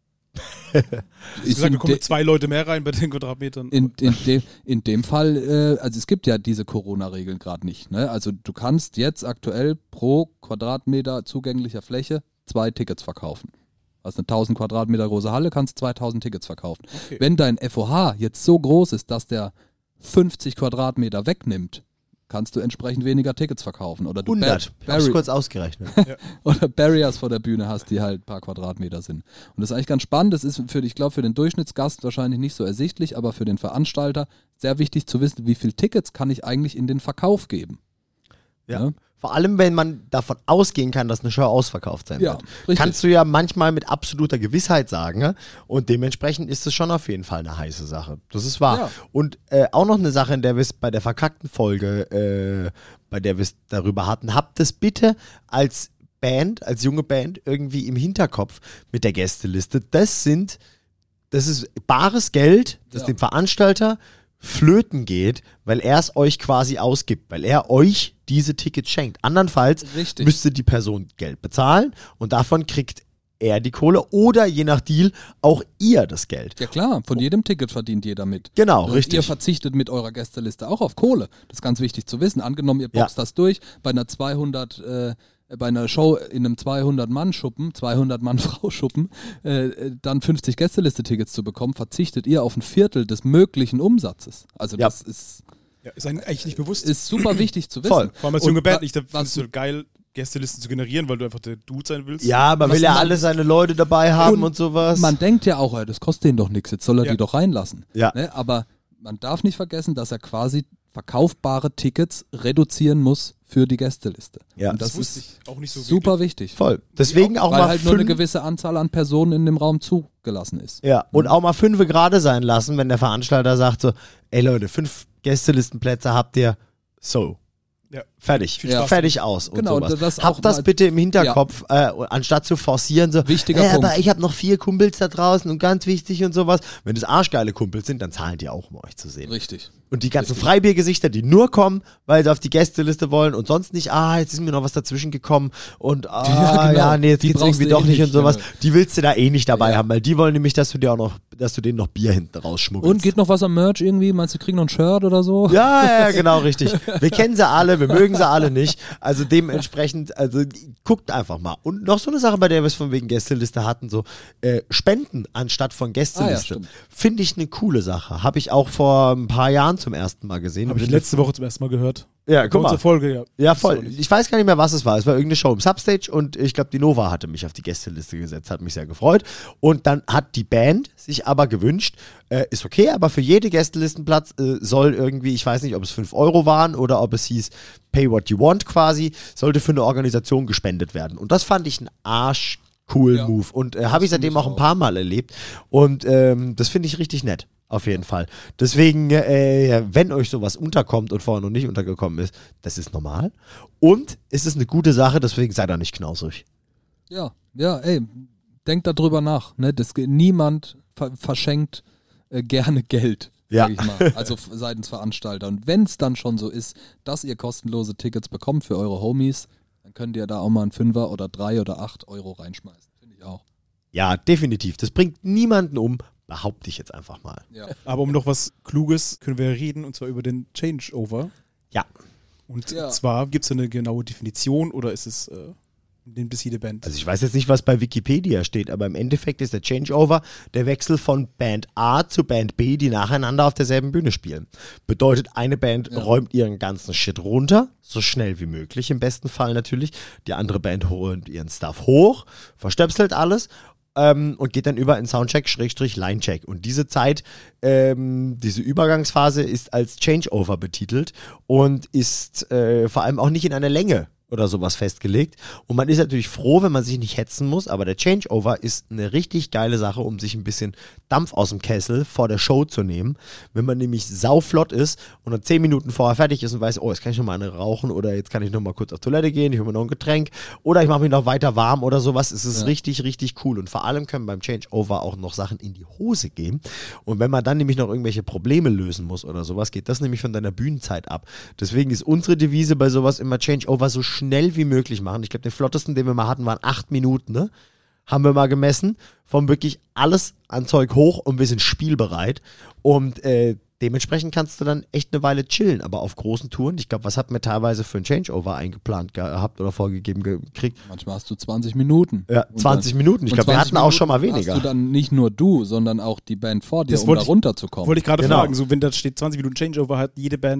[SPEAKER 3] Ist
[SPEAKER 1] Du gesagt, da
[SPEAKER 3] in
[SPEAKER 1] kommen
[SPEAKER 3] de-
[SPEAKER 1] zwei Leute mehr rein bei den Quadratmetern.
[SPEAKER 3] In, in, de, in dem Fall, äh, also es gibt ja diese Corona-Regeln gerade nicht. Ne? Also du kannst jetzt aktuell pro Quadratmeter zugänglicher Fläche zwei Tickets verkaufen. Also eine tausend Quadratmeter große Halle, kannst zweitausend Tickets verkaufen.
[SPEAKER 1] Okay.
[SPEAKER 3] Wenn dein F O H jetzt so groß ist, dass der fünfzig Quadratmeter wegnimmt, kannst du entsprechend weniger Tickets verkaufen. Oder du
[SPEAKER 4] hundert. Ich
[SPEAKER 3] Bar-
[SPEAKER 4] hab's
[SPEAKER 3] Barri-
[SPEAKER 4] kurz ausgerechnet.
[SPEAKER 3] oder Barriers vor der Bühne hast, die halt ein paar Quadratmeter sind. Und das ist eigentlich ganz spannend. Das ist für, ich glaube, für den Durchschnittsgast wahrscheinlich nicht so ersichtlich, aber für den Veranstalter sehr wichtig zu wissen, wie viele Tickets kann ich eigentlich in den Verkauf geben.
[SPEAKER 4] Ja.
[SPEAKER 3] Ja.
[SPEAKER 4] vor allem wenn man davon ausgehen kann, dass eine Show ausverkauft sein
[SPEAKER 3] Ja,
[SPEAKER 4] wird,
[SPEAKER 3] richtig.
[SPEAKER 4] kannst du ja manchmal mit absoluter Gewissheit sagen, ne? Und dementsprechend ist es schon auf jeden Fall eine heiße Sache. Das ist wahr.
[SPEAKER 3] Ja.
[SPEAKER 4] Und äh, auch noch eine Sache, in der wir es bei der verkackten Folge, äh, bei der wir es darüber hatten, habt es bitte als Band, als junge Band irgendwie im Hinterkopf mit der Gästeliste. Das sind, das ist bares Geld, das
[SPEAKER 3] Ja.
[SPEAKER 4] dem Veranstalter flöten geht, weil er es euch quasi ausgibt, weil er euch diese Tickets schenkt. Andernfalls
[SPEAKER 3] Richtig.
[SPEAKER 4] müsste die Person Geld bezahlen und davon kriegt er die Kohle oder je nach Deal auch ihr das Geld.
[SPEAKER 3] Ja klar, von jedem Ticket verdient jeder mit.
[SPEAKER 4] Genau,
[SPEAKER 3] Und
[SPEAKER 4] richtig.
[SPEAKER 3] Ihr verzichtet mit eurer Gästeliste auch auf Kohle. Das ist ganz wichtig zu wissen. Angenommen, ihr
[SPEAKER 4] Ja.
[SPEAKER 3] boxt das durch bei einer zweihundert, äh, bei einer Show in einem zweihundert-Mann-Schuppen, zweihundert-Mann-Frau-Schuppen, äh, dann fünfzig Gästeliste-Tickets zu bekommen, verzichtet ihr auf ein Viertel des möglichen Umsatzes. Also
[SPEAKER 4] Ja.
[SPEAKER 3] das ist,
[SPEAKER 1] Ja, ist einem eigentlich nicht bewusst.
[SPEAKER 3] ist super wichtig zu wissen.
[SPEAKER 4] Voll.
[SPEAKER 1] Vor allem als
[SPEAKER 3] Und
[SPEAKER 1] junge Band
[SPEAKER 3] wa-
[SPEAKER 1] nicht, da
[SPEAKER 3] was
[SPEAKER 1] findest
[SPEAKER 3] du-
[SPEAKER 1] du geil, Gästelisten zu generieren, weil du einfach der Dude sein willst.
[SPEAKER 4] Ja, man
[SPEAKER 3] Was
[SPEAKER 4] will ja
[SPEAKER 3] man-
[SPEAKER 4] alle seine Leute dabei haben und,
[SPEAKER 3] Und
[SPEAKER 4] sowas.
[SPEAKER 3] Man denkt ja auch, ja, das kostet ihn doch nichts, jetzt soll er
[SPEAKER 1] Ja.
[SPEAKER 3] die doch reinlassen.
[SPEAKER 4] Ja.
[SPEAKER 3] Ne? Aber man darf nicht vergessen, dass er quasi verkaufbare Tickets reduzieren muss für die Gästeliste.
[SPEAKER 4] Ja.
[SPEAKER 3] Und
[SPEAKER 1] das,
[SPEAKER 3] das,
[SPEAKER 1] wusste
[SPEAKER 3] ist
[SPEAKER 1] ich auch nicht so
[SPEAKER 3] super
[SPEAKER 1] wirklich.
[SPEAKER 3] wichtig.
[SPEAKER 4] Voll. Deswegen auch
[SPEAKER 3] Weil
[SPEAKER 4] mal
[SPEAKER 3] halt nur eine
[SPEAKER 4] fünf,
[SPEAKER 3] gewisse Anzahl an Personen in dem Raum zugelassen ist.
[SPEAKER 4] ja, und auch mal fünf gerade sein lassen, wenn der Veranstalter sagt so, ey Leute, fünf Gästelistenplätze habt ihr, so.
[SPEAKER 1] Ja.
[SPEAKER 4] Fertig.
[SPEAKER 1] Viel
[SPEAKER 3] Spaß.
[SPEAKER 4] Fertig aus und
[SPEAKER 3] Genau,
[SPEAKER 4] sowas.
[SPEAKER 3] das auch
[SPEAKER 4] Habt das
[SPEAKER 3] mal-
[SPEAKER 4] bitte im Hinterkopf, äh, anstatt zu forcieren, so,
[SPEAKER 3] Wichtiger
[SPEAKER 4] äh,
[SPEAKER 3] Punkt.
[SPEAKER 4] aber ich habe noch vier Kumpels da draußen und ganz wichtig und sowas. Wenn das arschgeile Kumpels sind, dann zahlen die auch, um euch zu sehen.
[SPEAKER 3] Richtig.
[SPEAKER 4] Und die ganzen
[SPEAKER 3] Richtig.
[SPEAKER 4] Freibiergesichter, die nur kommen, weil sie auf die Gästeliste wollen und sonst nicht, ah, jetzt ist mir noch was dazwischen gekommen und ah,
[SPEAKER 3] Ja, genau.
[SPEAKER 4] ja, nee, jetzt
[SPEAKER 3] Die
[SPEAKER 4] geht's
[SPEAKER 3] brauchst
[SPEAKER 4] irgendwie
[SPEAKER 3] du
[SPEAKER 4] doch
[SPEAKER 3] eh
[SPEAKER 4] nicht und
[SPEAKER 3] nicht,
[SPEAKER 4] sowas.
[SPEAKER 3] Junge.
[SPEAKER 4] Die willst du da eh nicht dabei
[SPEAKER 3] Ja.
[SPEAKER 4] haben, weil die wollen nämlich, dass du dir auch noch, dass du denen noch Bier hinten rausschmuggelst.
[SPEAKER 3] Und geht noch was am Merch irgendwie? Meinst du, kriegen noch ein Shirt oder so?
[SPEAKER 4] Ja, ja, genau, richtig. Wir kennen sie alle, wir mögen sie alle nicht. Also dementsprechend, also guckt einfach mal. Und noch so eine Sache, bei der wir es von wegen Gästeliste hatten, so äh, Spenden anstatt von
[SPEAKER 3] Ah, ja,
[SPEAKER 4] Gästeliste.
[SPEAKER 3] stimmt.
[SPEAKER 4] Finde ich eine coole Sache. Habe ich auch vor ein paar Jahren zum ersten Mal gesehen.
[SPEAKER 1] Habe ich letzte Woche zum ersten Mal gehört.
[SPEAKER 4] Ja,
[SPEAKER 1] Bei
[SPEAKER 4] guck mal.
[SPEAKER 1] unserer Folge, ja.
[SPEAKER 4] Ja, voll. Ich weiß gar nicht mehr, was es war. Es war irgendeine Show im Substage und ich glaube, die Nova hatte mich auf die Gästeliste gesetzt, hat mich sehr gefreut. Und dann hat die Band sich aber gewünscht, äh, ist okay, aber für jede Gästelistenplatz äh, soll irgendwie, ich weiß nicht, ob es fünf Euro waren oder ob es hieß Pay What You Want quasi, sollte für eine Organisation gespendet werden. Und das fand ich ein Arsch cool
[SPEAKER 3] Ja.
[SPEAKER 4] Move. Und äh, habe ich
[SPEAKER 3] find
[SPEAKER 4] seitdem
[SPEAKER 3] ich
[SPEAKER 4] auch ein
[SPEAKER 3] auch.
[SPEAKER 4] paar Mal erlebt. Und ähm, das finde ich richtig nett. Auf jeden Fall. Deswegen, äh, wenn euch sowas unterkommt und vorher noch nicht untergekommen ist, das ist normal. Und es ist eine gute Sache, deswegen seid ihr nicht knausrig.
[SPEAKER 3] Ja, ja, ey, denkt darüber nach. Ne? Das, niemand ver verschenkt äh, gerne Geld,
[SPEAKER 4] Ja.
[SPEAKER 3] sag ich mal, also f- seitens Veranstalter. Und wenn es dann schon so ist, dass ihr kostenlose Tickets bekommt für eure Homies, dann könnt ihr da auch mal einen Fünfer oder drei oder acht Euro reinschmeißen. Finde ich auch.
[SPEAKER 4] Ja, definitiv. Das bringt niemanden um, behaupte ich jetzt einfach mal.
[SPEAKER 3] Ja.
[SPEAKER 1] Aber um noch was Kluges können wir reden, und zwar über den Changeover.
[SPEAKER 4] Ja.
[SPEAKER 1] Und
[SPEAKER 3] Ja.
[SPEAKER 1] zwar, gibt es eine genaue Definition oder ist es, äh, nimmt es jede Band?
[SPEAKER 4] Also ich weiß jetzt nicht, was bei Wikipedia steht, aber im Endeffekt ist der Changeover der Wechsel von Band A zu Band B, die nacheinander auf derselben Bühne spielen. Bedeutet, eine Band
[SPEAKER 3] Ja.
[SPEAKER 4] räumt ihren ganzen Shit runter, so schnell wie möglich im besten Fall natürlich. Die andere Band holt ihren Stuff hoch, verstöpselt alles ähm, und geht dann über in Soundcheck, Schrägstrich, Linecheck. Und diese Zeit, ähm, diese Übergangsphase ist als Changeover betitelt und ist äh, vor allem auch nicht in einer Länge oder sowas festgelegt. Und man ist natürlich froh, wenn man sich nicht hetzen muss, aber der Changeover ist eine richtig geile Sache, um sich ein bisschen Dampf aus dem Kessel vor der Show zu nehmen. Wenn man nämlich sauflott ist und dann zehn Minuten vorher fertig ist und weiß, oh, jetzt kann ich noch mal eine rauchen oder jetzt kann ich noch mal kurz auf Toilette gehen, ich hole mir noch ein Getränk oder ich mache mich noch weiter warm oder sowas. Es ist
[SPEAKER 3] Ja.
[SPEAKER 4] richtig, richtig cool. Und vor allem können beim Changeover auch noch Sachen in die Hose gehen. Und wenn man dann nämlich noch irgendwelche Probleme lösen muss oder sowas, geht das nämlich von deiner Bühnenzeit ab. Deswegen ist unsere Devise bei sowas immer Changeover so schnell wie möglich machen. Ich glaube, den flottesten, den wir mal hatten, waren acht Minuten, ne? Haben wir mal gemessen. Vom wirklich alles an Zeug hoch und wir sind spielbereit. Und äh, dementsprechend kannst du dann echt eine Weile chillen. Aber auf großen Touren, ich glaube, was hat mir teilweise für ein Changeover eingeplant gehabt oder vorgegeben gekriegt?
[SPEAKER 3] Manchmal hast du zwanzig Minuten.
[SPEAKER 4] Ja,
[SPEAKER 3] Und
[SPEAKER 4] zwanzig
[SPEAKER 3] dann-
[SPEAKER 4] Minuten. Ich
[SPEAKER 3] und
[SPEAKER 4] glaube, wir
[SPEAKER 3] zwanzig
[SPEAKER 4] hatten auch schon mal
[SPEAKER 3] Minuten
[SPEAKER 4] weniger.
[SPEAKER 3] Hast du dann nicht nur du, sondern auch die Band vor dir,
[SPEAKER 1] Das
[SPEAKER 3] um
[SPEAKER 1] wollte
[SPEAKER 3] da
[SPEAKER 1] ich-
[SPEAKER 3] runterzukommen.
[SPEAKER 1] Wollte ich gerade
[SPEAKER 4] Genau.
[SPEAKER 1] fragen, so wenn da steht zwanzig Minuten Changeover, hat jede Band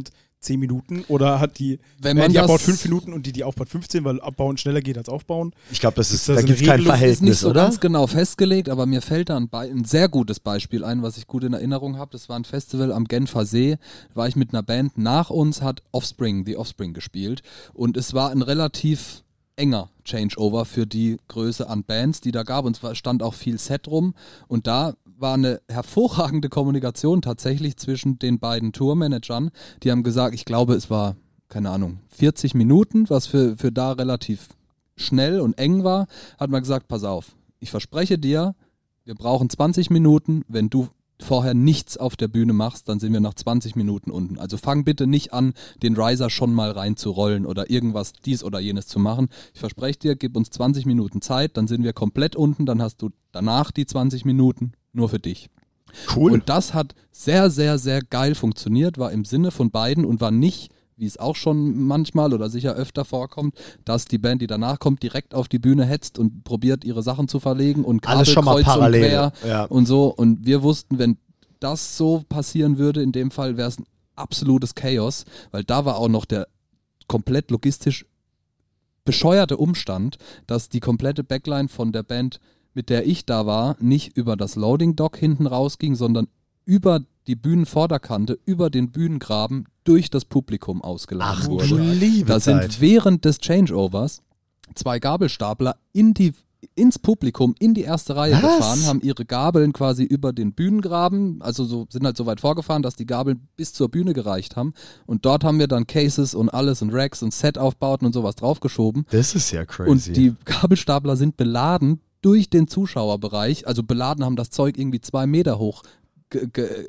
[SPEAKER 1] zehn Minuten oder hat die,
[SPEAKER 3] Wenn
[SPEAKER 1] äh,
[SPEAKER 3] man
[SPEAKER 1] die
[SPEAKER 3] das-
[SPEAKER 1] abbaut fünf Minuten und die, die aufbaut fünfzehn, weil Abbauen schneller geht als Aufbauen?
[SPEAKER 4] Ich glaube, das ist,
[SPEAKER 1] Ist das
[SPEAKER 4] da
[SPEAKER 1] eine
[SPEAKER 4] gibt es kein
[SPEAKER 1] Regelung?
[SPEAKER 3] ist
[SPEAKER 4] Verhältnis,
[SPEAKER 3] nicht so
[SPEAKER 4] oder?
[SPEAKER 3] ganz genau festgelegt, aber mir fällt da ein, Be- ein sehr gutes Beispiel ein, was ich gut in Erinnerung habe. Das war ein Festival am Genfer See. Da war ich mit einer Band. Nach uns hat Offspring, The Offspring gespielt. Und es war ein relativ enger Changeover für die Größe an Bands, die da gab. Und es stand auch viel Set rum. Und da war eine hervorragende Kommunikation tatsächlich zwischen den beiden Tourmanagern. Die haben gesagt, ich glaube, es war, keine Ahnung, vierzig Minuten, was für, für da relativ schnell und eng war, hat man gesagt, pass auf, ich verspreche dir, wir brauchen zwanzig Minuten, wenn du vorher nichts auf der Bühne machst, dann sind wir nach zwanzig Minuten unten. Also fang bitte nicht an, den Riser schon mal reinzurollen oder irgendwas dies oder jenes zu machen. Ich verspreche dir, gib uns zwanzig Minuten Zeit, dann sind wir komplett unten, dann hast du danach die zwanzig Minuten nur für dich.
[SPEAKER 4] Cool.
[SPEAKER 3] Und das hat sehr, sehr, sehr geil funktioniert, war im Sinne von beiden und war nicht, wie es auch schon manchmal oder sicher öfter vorkommt, dass die Band, die danach kommt, direkt auf die Bühne hetzt und probiert, ihre Sachen zu verlegen und Kabel
[SPEAKER 4] Alles schon mal
[SPEAKER 3] kreuz und
[SPEAKER 4] parallel.
[SPEAKER 3] quer
[SPEAKER 4] Ja.
[SPEAKER 3] und so. Und wir wussten, wenn das so passieren würde, in dem Fall wäre es ein absolutes Chaos, weil da war auch noch der komplett logistisch bescheuerte Umstand, dass die komplette Backline von der Band, mit der ich da war, nicht über das Loading Dock hinten rausging, sondern über die Bühnenvorderkante, über den Bühnengraben durch das Publikum ausgeladen
[SPEAKER 4] Ach
[SPEAKER 3] wurde.
[SPEAKER 4] du liebe
[SPEAKER 3] Da
[SPEAKER 4] Zeit.
[SPEAKER 3] sind während des Changeovers zwei Gabelstapler in die, ins Publikum, in die erste Reihe
[SPEAKER 4] Was?
[SPEAKER 3] gefahren, haben ihre Gabeln quasi über den Bühnengraben, also so, sind halt so weit vorgefahren, dass die Gabeln bis zur Bühne gereicht haben. Und dort haben wir dann Cases und alles und Racks und Set-Aufbauten und sowas draufgeschoben.
[SPEAKER 4] Das ist ja crazy.
[SPEAKER 3] Und die Gabelstapler sind beladen durch den Zuschauerbereich, also beladen haben das Zeug irgendwie zwei Meter hoch ge ge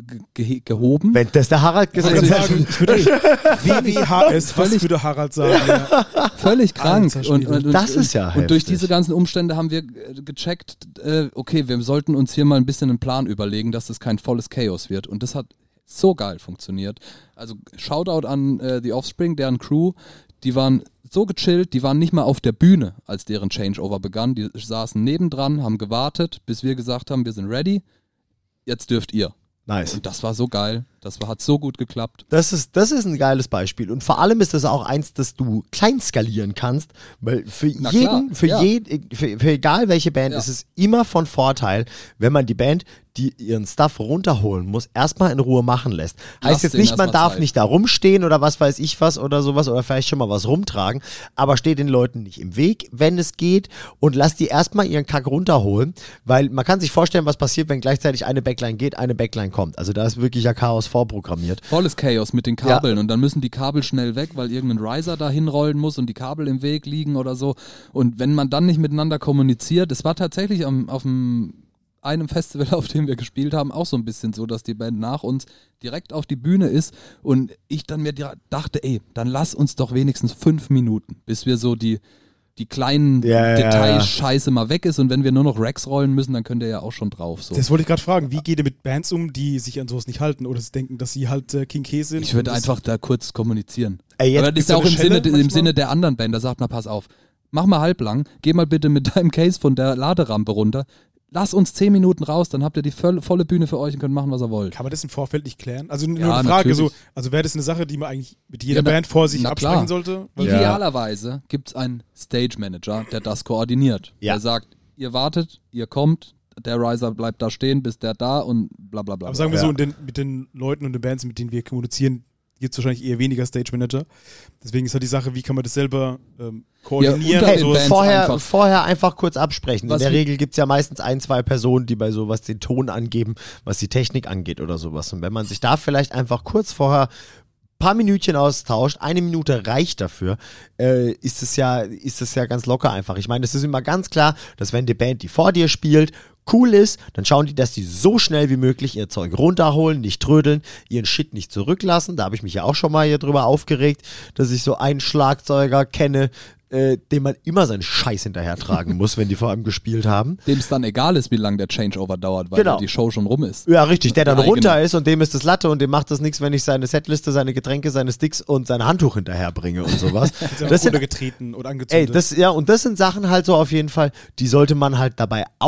[SPEAKER 3] ge gehoben.
[SPEAKER 4] Wenn das der Harald
[SPEAKER 1] Ich
[SPEAKER 4] gesagt
[SPEAKER 1] würde
[SPEAKER 4] hat.
[SPEAKER 1] sagen, ich würde W W H S, was
[SPEAKER 3] Völlig-
[SPEAKER 1] würde Harald sagen? Ja.
[SPEAKER 3] Völlig krank.
[SPEAKER 1] Alter
[SPEAKER 3] Und,
[SPEAKER 1] Schwede.
[SPEAKER 3] und, und,
[SPEAKER 4] Das ist ja
[SPEAKER 3] Und durch
[SPEAKER 4] heftig.
[SPEAKER 3] diese ganzen Umstände haben wir äh, gecheckt, äh, okay, wir sollten uns hier mal ein bisschen einen Plan überlegen, dass das kein volles Chaos wird. Und das hat so geil funktioniert. Also Shoutout an äh, The Offspring, deren Crew, die waren so gechillt, die waren nicht mal auf der Bühne, als deren Changeover begann. Die saßen nebendran, haben gewartet, bis wir gesagt haben, wir sind ready, jetzt dürft ihr.
[SPEAKER 4] Nice.
[SPEAKER 3] Und das war so geil, das war, hat so gut geklappt.
[SPEAKER 4] Das ist, das ist ein geiles Beispiel. Und vor allem ist das auch eins, das du klein skalieren kannst, weil für
[SPEAKER 3] Na
[SPEAKER 4] jeden,
[SPEAKER 3] klar,
[SPEAKER 4] für,
[SPEAKER 3] ja.
[SPEAKER 4] jed, für, für egal welche Band,
[SPEAKER 3] Ja.
[SPEAKER 4] ist es immer von Vorteil, wenn man die Band, die ihren Stuff runterholen muss, erstmal in Ruhe machen lässt.
[SPEAKER 3] Lass
[SPEAKER 4] Heißt jetzt
[SPEAKER 3] denen
[SPEAKER 4] nicht, man
[SPEAKER 3] erstmal
[SPEAKER 4] darf
[SPEAKER 3] Zeit.
[SPEAKER 4] nicht da rumstehen oder was weiß ich was oder sowas oder vielleicht schon mal was rumtragen, aber steht den Leuten nicht im Weg, wenn es geht, und lass die erstmal ihren Kack runterholen, weil man kann sich vorstellen, was passiert, wenn gleichzeitig eine Backline geht, eine Backline kommt. Also da ist wirklich ja Chaos vorprogrammiert.
[SPEAKER 3] Volles Chaos mit den Kabeln und dann müssen die Kabel schnell weg, weil irgendein Riser da hinrollen muss und die Kabel im Weg liegen oder so. Und wenn man dann nicht miteinander kommuniziert, es war tatsächlich am, auf dem, einem Festival, auf dem wir gespielt haben, auch so ein bisschen so, dass die Band nach uns direkt auf die Bühne ist und ich dann mir dir- dachte, ey, dann lass uns doch wenigstens fünf Minuten, bis wir so die die kleinen
[SPEAKER 4] Ja, ja,
[SPEAKER 3] Detailscheiße mal weg ist und wenn wir nur noch Racks rollen müssen, dann könnt ihr ja auch schon drauf. So.
[SPEAKER 1] Das wollte ich gerade fragen. Wie geht ihr mit Bands um, die sich an sowas nicht halten oder sie denken, dass sie halt äh, King K sind?
[SPEAKER 3] Ich würde
[SPEAKER 1] Und das-
[SPEAKER 3] einfach da kurz kommunizieren.
[SPEAKER 4] Ey, jetzt
[SPEAKER 3] Aber das
[SPEAKER 1] gibt's
[SPEAKER 3] ist ja auch
[SPEAKER 1] eine
[SPEAKER 3] im
[SPEAKER 1] Schelle
[SPEAKER 3] Sinne, im
[SPEAKER 1] manchmal?
[SPEAKER 3] Sinne der anderen Band. Da sagt man, pass auf, mach mal halblang, geh mal bitte mit deinem Case von der Laderampe runter, lass uns zehn Minuten raus, dann habt ihr die voll, volle Bühne für euch und könnt machen, was ihr wollt.
[SPEAKER 1] Kann man das im Vorfeld nicht klären? Also nur
[SPEAKER 3] Ja,
[SPEAKER 1] eine Frage, so,
[SPEAKER 3] natürlich.
[SPEAKER 1] also wäre das eine Sache, die man eigentlich mit jeder
[SPEAKER 3] Ja, na-
[SPEAKER 1] Band vor sich
[SPEAKER 3] na
[SPEAKER 1] absprechen
[SPEAKER 3] klar.
[SPEAKER 1] sollte? Weil
[SPEAKER 4] Ja.
[SPEAKER 3] Idealerweise gibt es einen Stage Manager, der das koordiniert.
[SPEAKER 4] Ja.
[SPEAKER 3] Der sagt, ihr wartet, ihr kommt, der Riser bleibt da stehen, bis der da und bla bla bla.
[SPEAKER 1] Aber sagen wir
[SPEAKER 4] Ja.
[SPEAKER 1] so, in den, mit den Leuten und den Bands, mit denen wir kommunizieren, gibt es wahrscheinlich eher weniger Stage Manager. Deswegen ist halt die Sache, wie kann man das selber ähm, koordinieren?
[SPEAKER 3] unter
[SPEAKER 1] und
[SPEAKER 3] den
[SPEAKER 1] so.
[SPEAKER 3] Bands
[SPEAKER 4] vorher,
[SPEAKER 3] einfach.
[SPEAKER 4] vorher einfach kurz absprechen.
[SPEAKER 3] Was
[SPEAKER 4] In der
[SPEAKER 3] wir-
[SPEAKER 4] Regel gibt es ja meistens ein, zwei Personen, die bei sowas den Ton angeben, was die Technik angeht oder sowas. Und wenn man sich da vielleicht einfach kurz vorher paar Minütchen austauscht, eine Minute reicht dafür, äh, ist es ja, ist es ja ganz locker einfach. Ich meine, es ist immer ganz klar, dass wenn die Band, die vor dir spielt, cool ist, dann schauen die, dass die so schnell wie möglich ihr Zeug runterholen, nicht trödeln, ihren Shit nicht zurücklassen. Da habe ich mich ja auch schon mal hier drüber aufgeregt, dass ich so einen Schlagzeuger kenne, äh, dem man immer seinen Scheiß hinterher tragen muss, wenn die vor einem gespielt haben.
[SPEAKER 3] Dem es dann egal ist, wie lange der Changeover dauert, weil
[SPEAKER 4] Genau.
[SPEAKER 3] ja die Show schon rum ist.
[SPEAKER 4] Ja, richtig, der dann
[SPEAKER 3] Die eigene.
[SPEAKER 4] runter ist und dem ist das Latte und dem macht das nichts, wenn ich seine Setliste, seine Getränke, seine Sticks und sein Handtuch hinterher bringe und sowas.
[SPEAKER 1] Ist ja
[SPEAKER 4] Das sind,
[SPEAKER 1] runtergetreten oder
[SPEAKER 4] ey,
[SPEAKER 1] angezündet.
[SPEAKER 4] das, ja, und das sind Sachen halt so auf jeden Fall, die sollte man halt dabei auch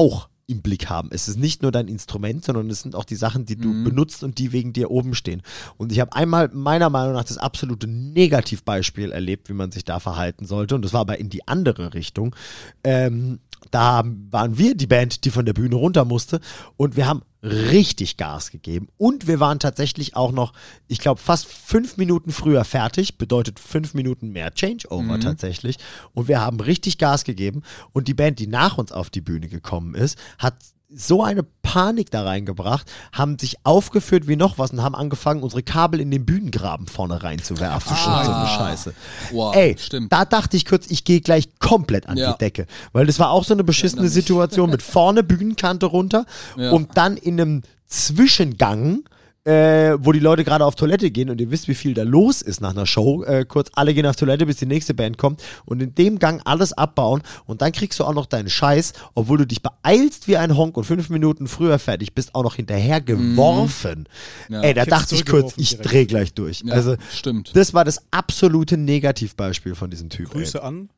[SPEAKER 4] im Blick haben. Es ist nicht nur dein Instrument, sondern es sind auch die Sachen, die du
[SPEAKER 3] Mhm.
[SPEAKER 4] benutzt und die wegen dir oben stehen. Und ich habe einmal meiner Meinung nach das absolute Negativbeispiel erlebt, wie man sich da verhalten sollte. Und das war aber in die andere Richtung. Ähm, da waren wir die Band, die von der Bühne runter musste. Und wir haben richtig Gas gegeben. Und wir waren tatsächlich auch noch, ich glaube, fast fünf Minuten früher fertig. Bedeutet fünf Minuten mehr Changeover
[SPEAKER 3] Mhm.
[SPEAKER 4] tatsächlich. Und wir haben richtig Gas gegeben. Und die Band, die nach uns auf die Bühne gekommen ist, hat so eine Panik da reingebracht, haben sich aufgeführt wie noch was und haben angefangen, unsere Kabel in den Bühnengraben vorne reinzuwerfen.
[SPEAKER 3] Ah.
[SPEAKER 4] Und so eine Scheiße.
[SPEAKER 3] Wow,
[SPEAKER 4] Ey,
[SPEAKER 3] stimmt.
[SPEAKER 4] da dachte ich kurz, ich gehe gleich komplett an
[SPEAKER 3] Ja.
[SPEAKER 4] die Decke. Weil das war auch so eine beschissene
[SPEAKER 3] Erinnere mich.
[SPEAKER 4] Situation mit vorne Bühnenkante runter
[SPEAKER 3] Ja.
[SPEAKER 4] und dann in einem Zwischengang, äh, wo die Leute gerade auf Toilette gehen und ihr wisst, wie viel da los ist nach einer Show. Äh, kurz, alle gehen auf Toilette, bis die nächste Band kommt und in dem Gang alles abbauen und dann kriegst du auch noch deinen Scheiß, obwohl du dich beeilst wie ein Honk und fünf Minuten früher fertig bist, auch noch hinterher geworfen.
[SPEAKER 3] Ja.
[SPEAKER 4] Ey, da
[SPEAKER 1] Ich hab's
[SPEAKER 4] dachte ich kurz,
[SPEAKER 1] zurückgeworfen
[SPEAKER 4] ich
[SPEAKER 1] direkt.
[SPEAKER 4] dreh gleich durch.
[SPEAKER 3] Ja,
[SPEAKER 4] Also,
[SPEAKER 3] stimmt.
[SPEAKER 4] das war das absolute Negativbeispiel von diesem Typ. ey.
[SPEAKER 1] Grüße an.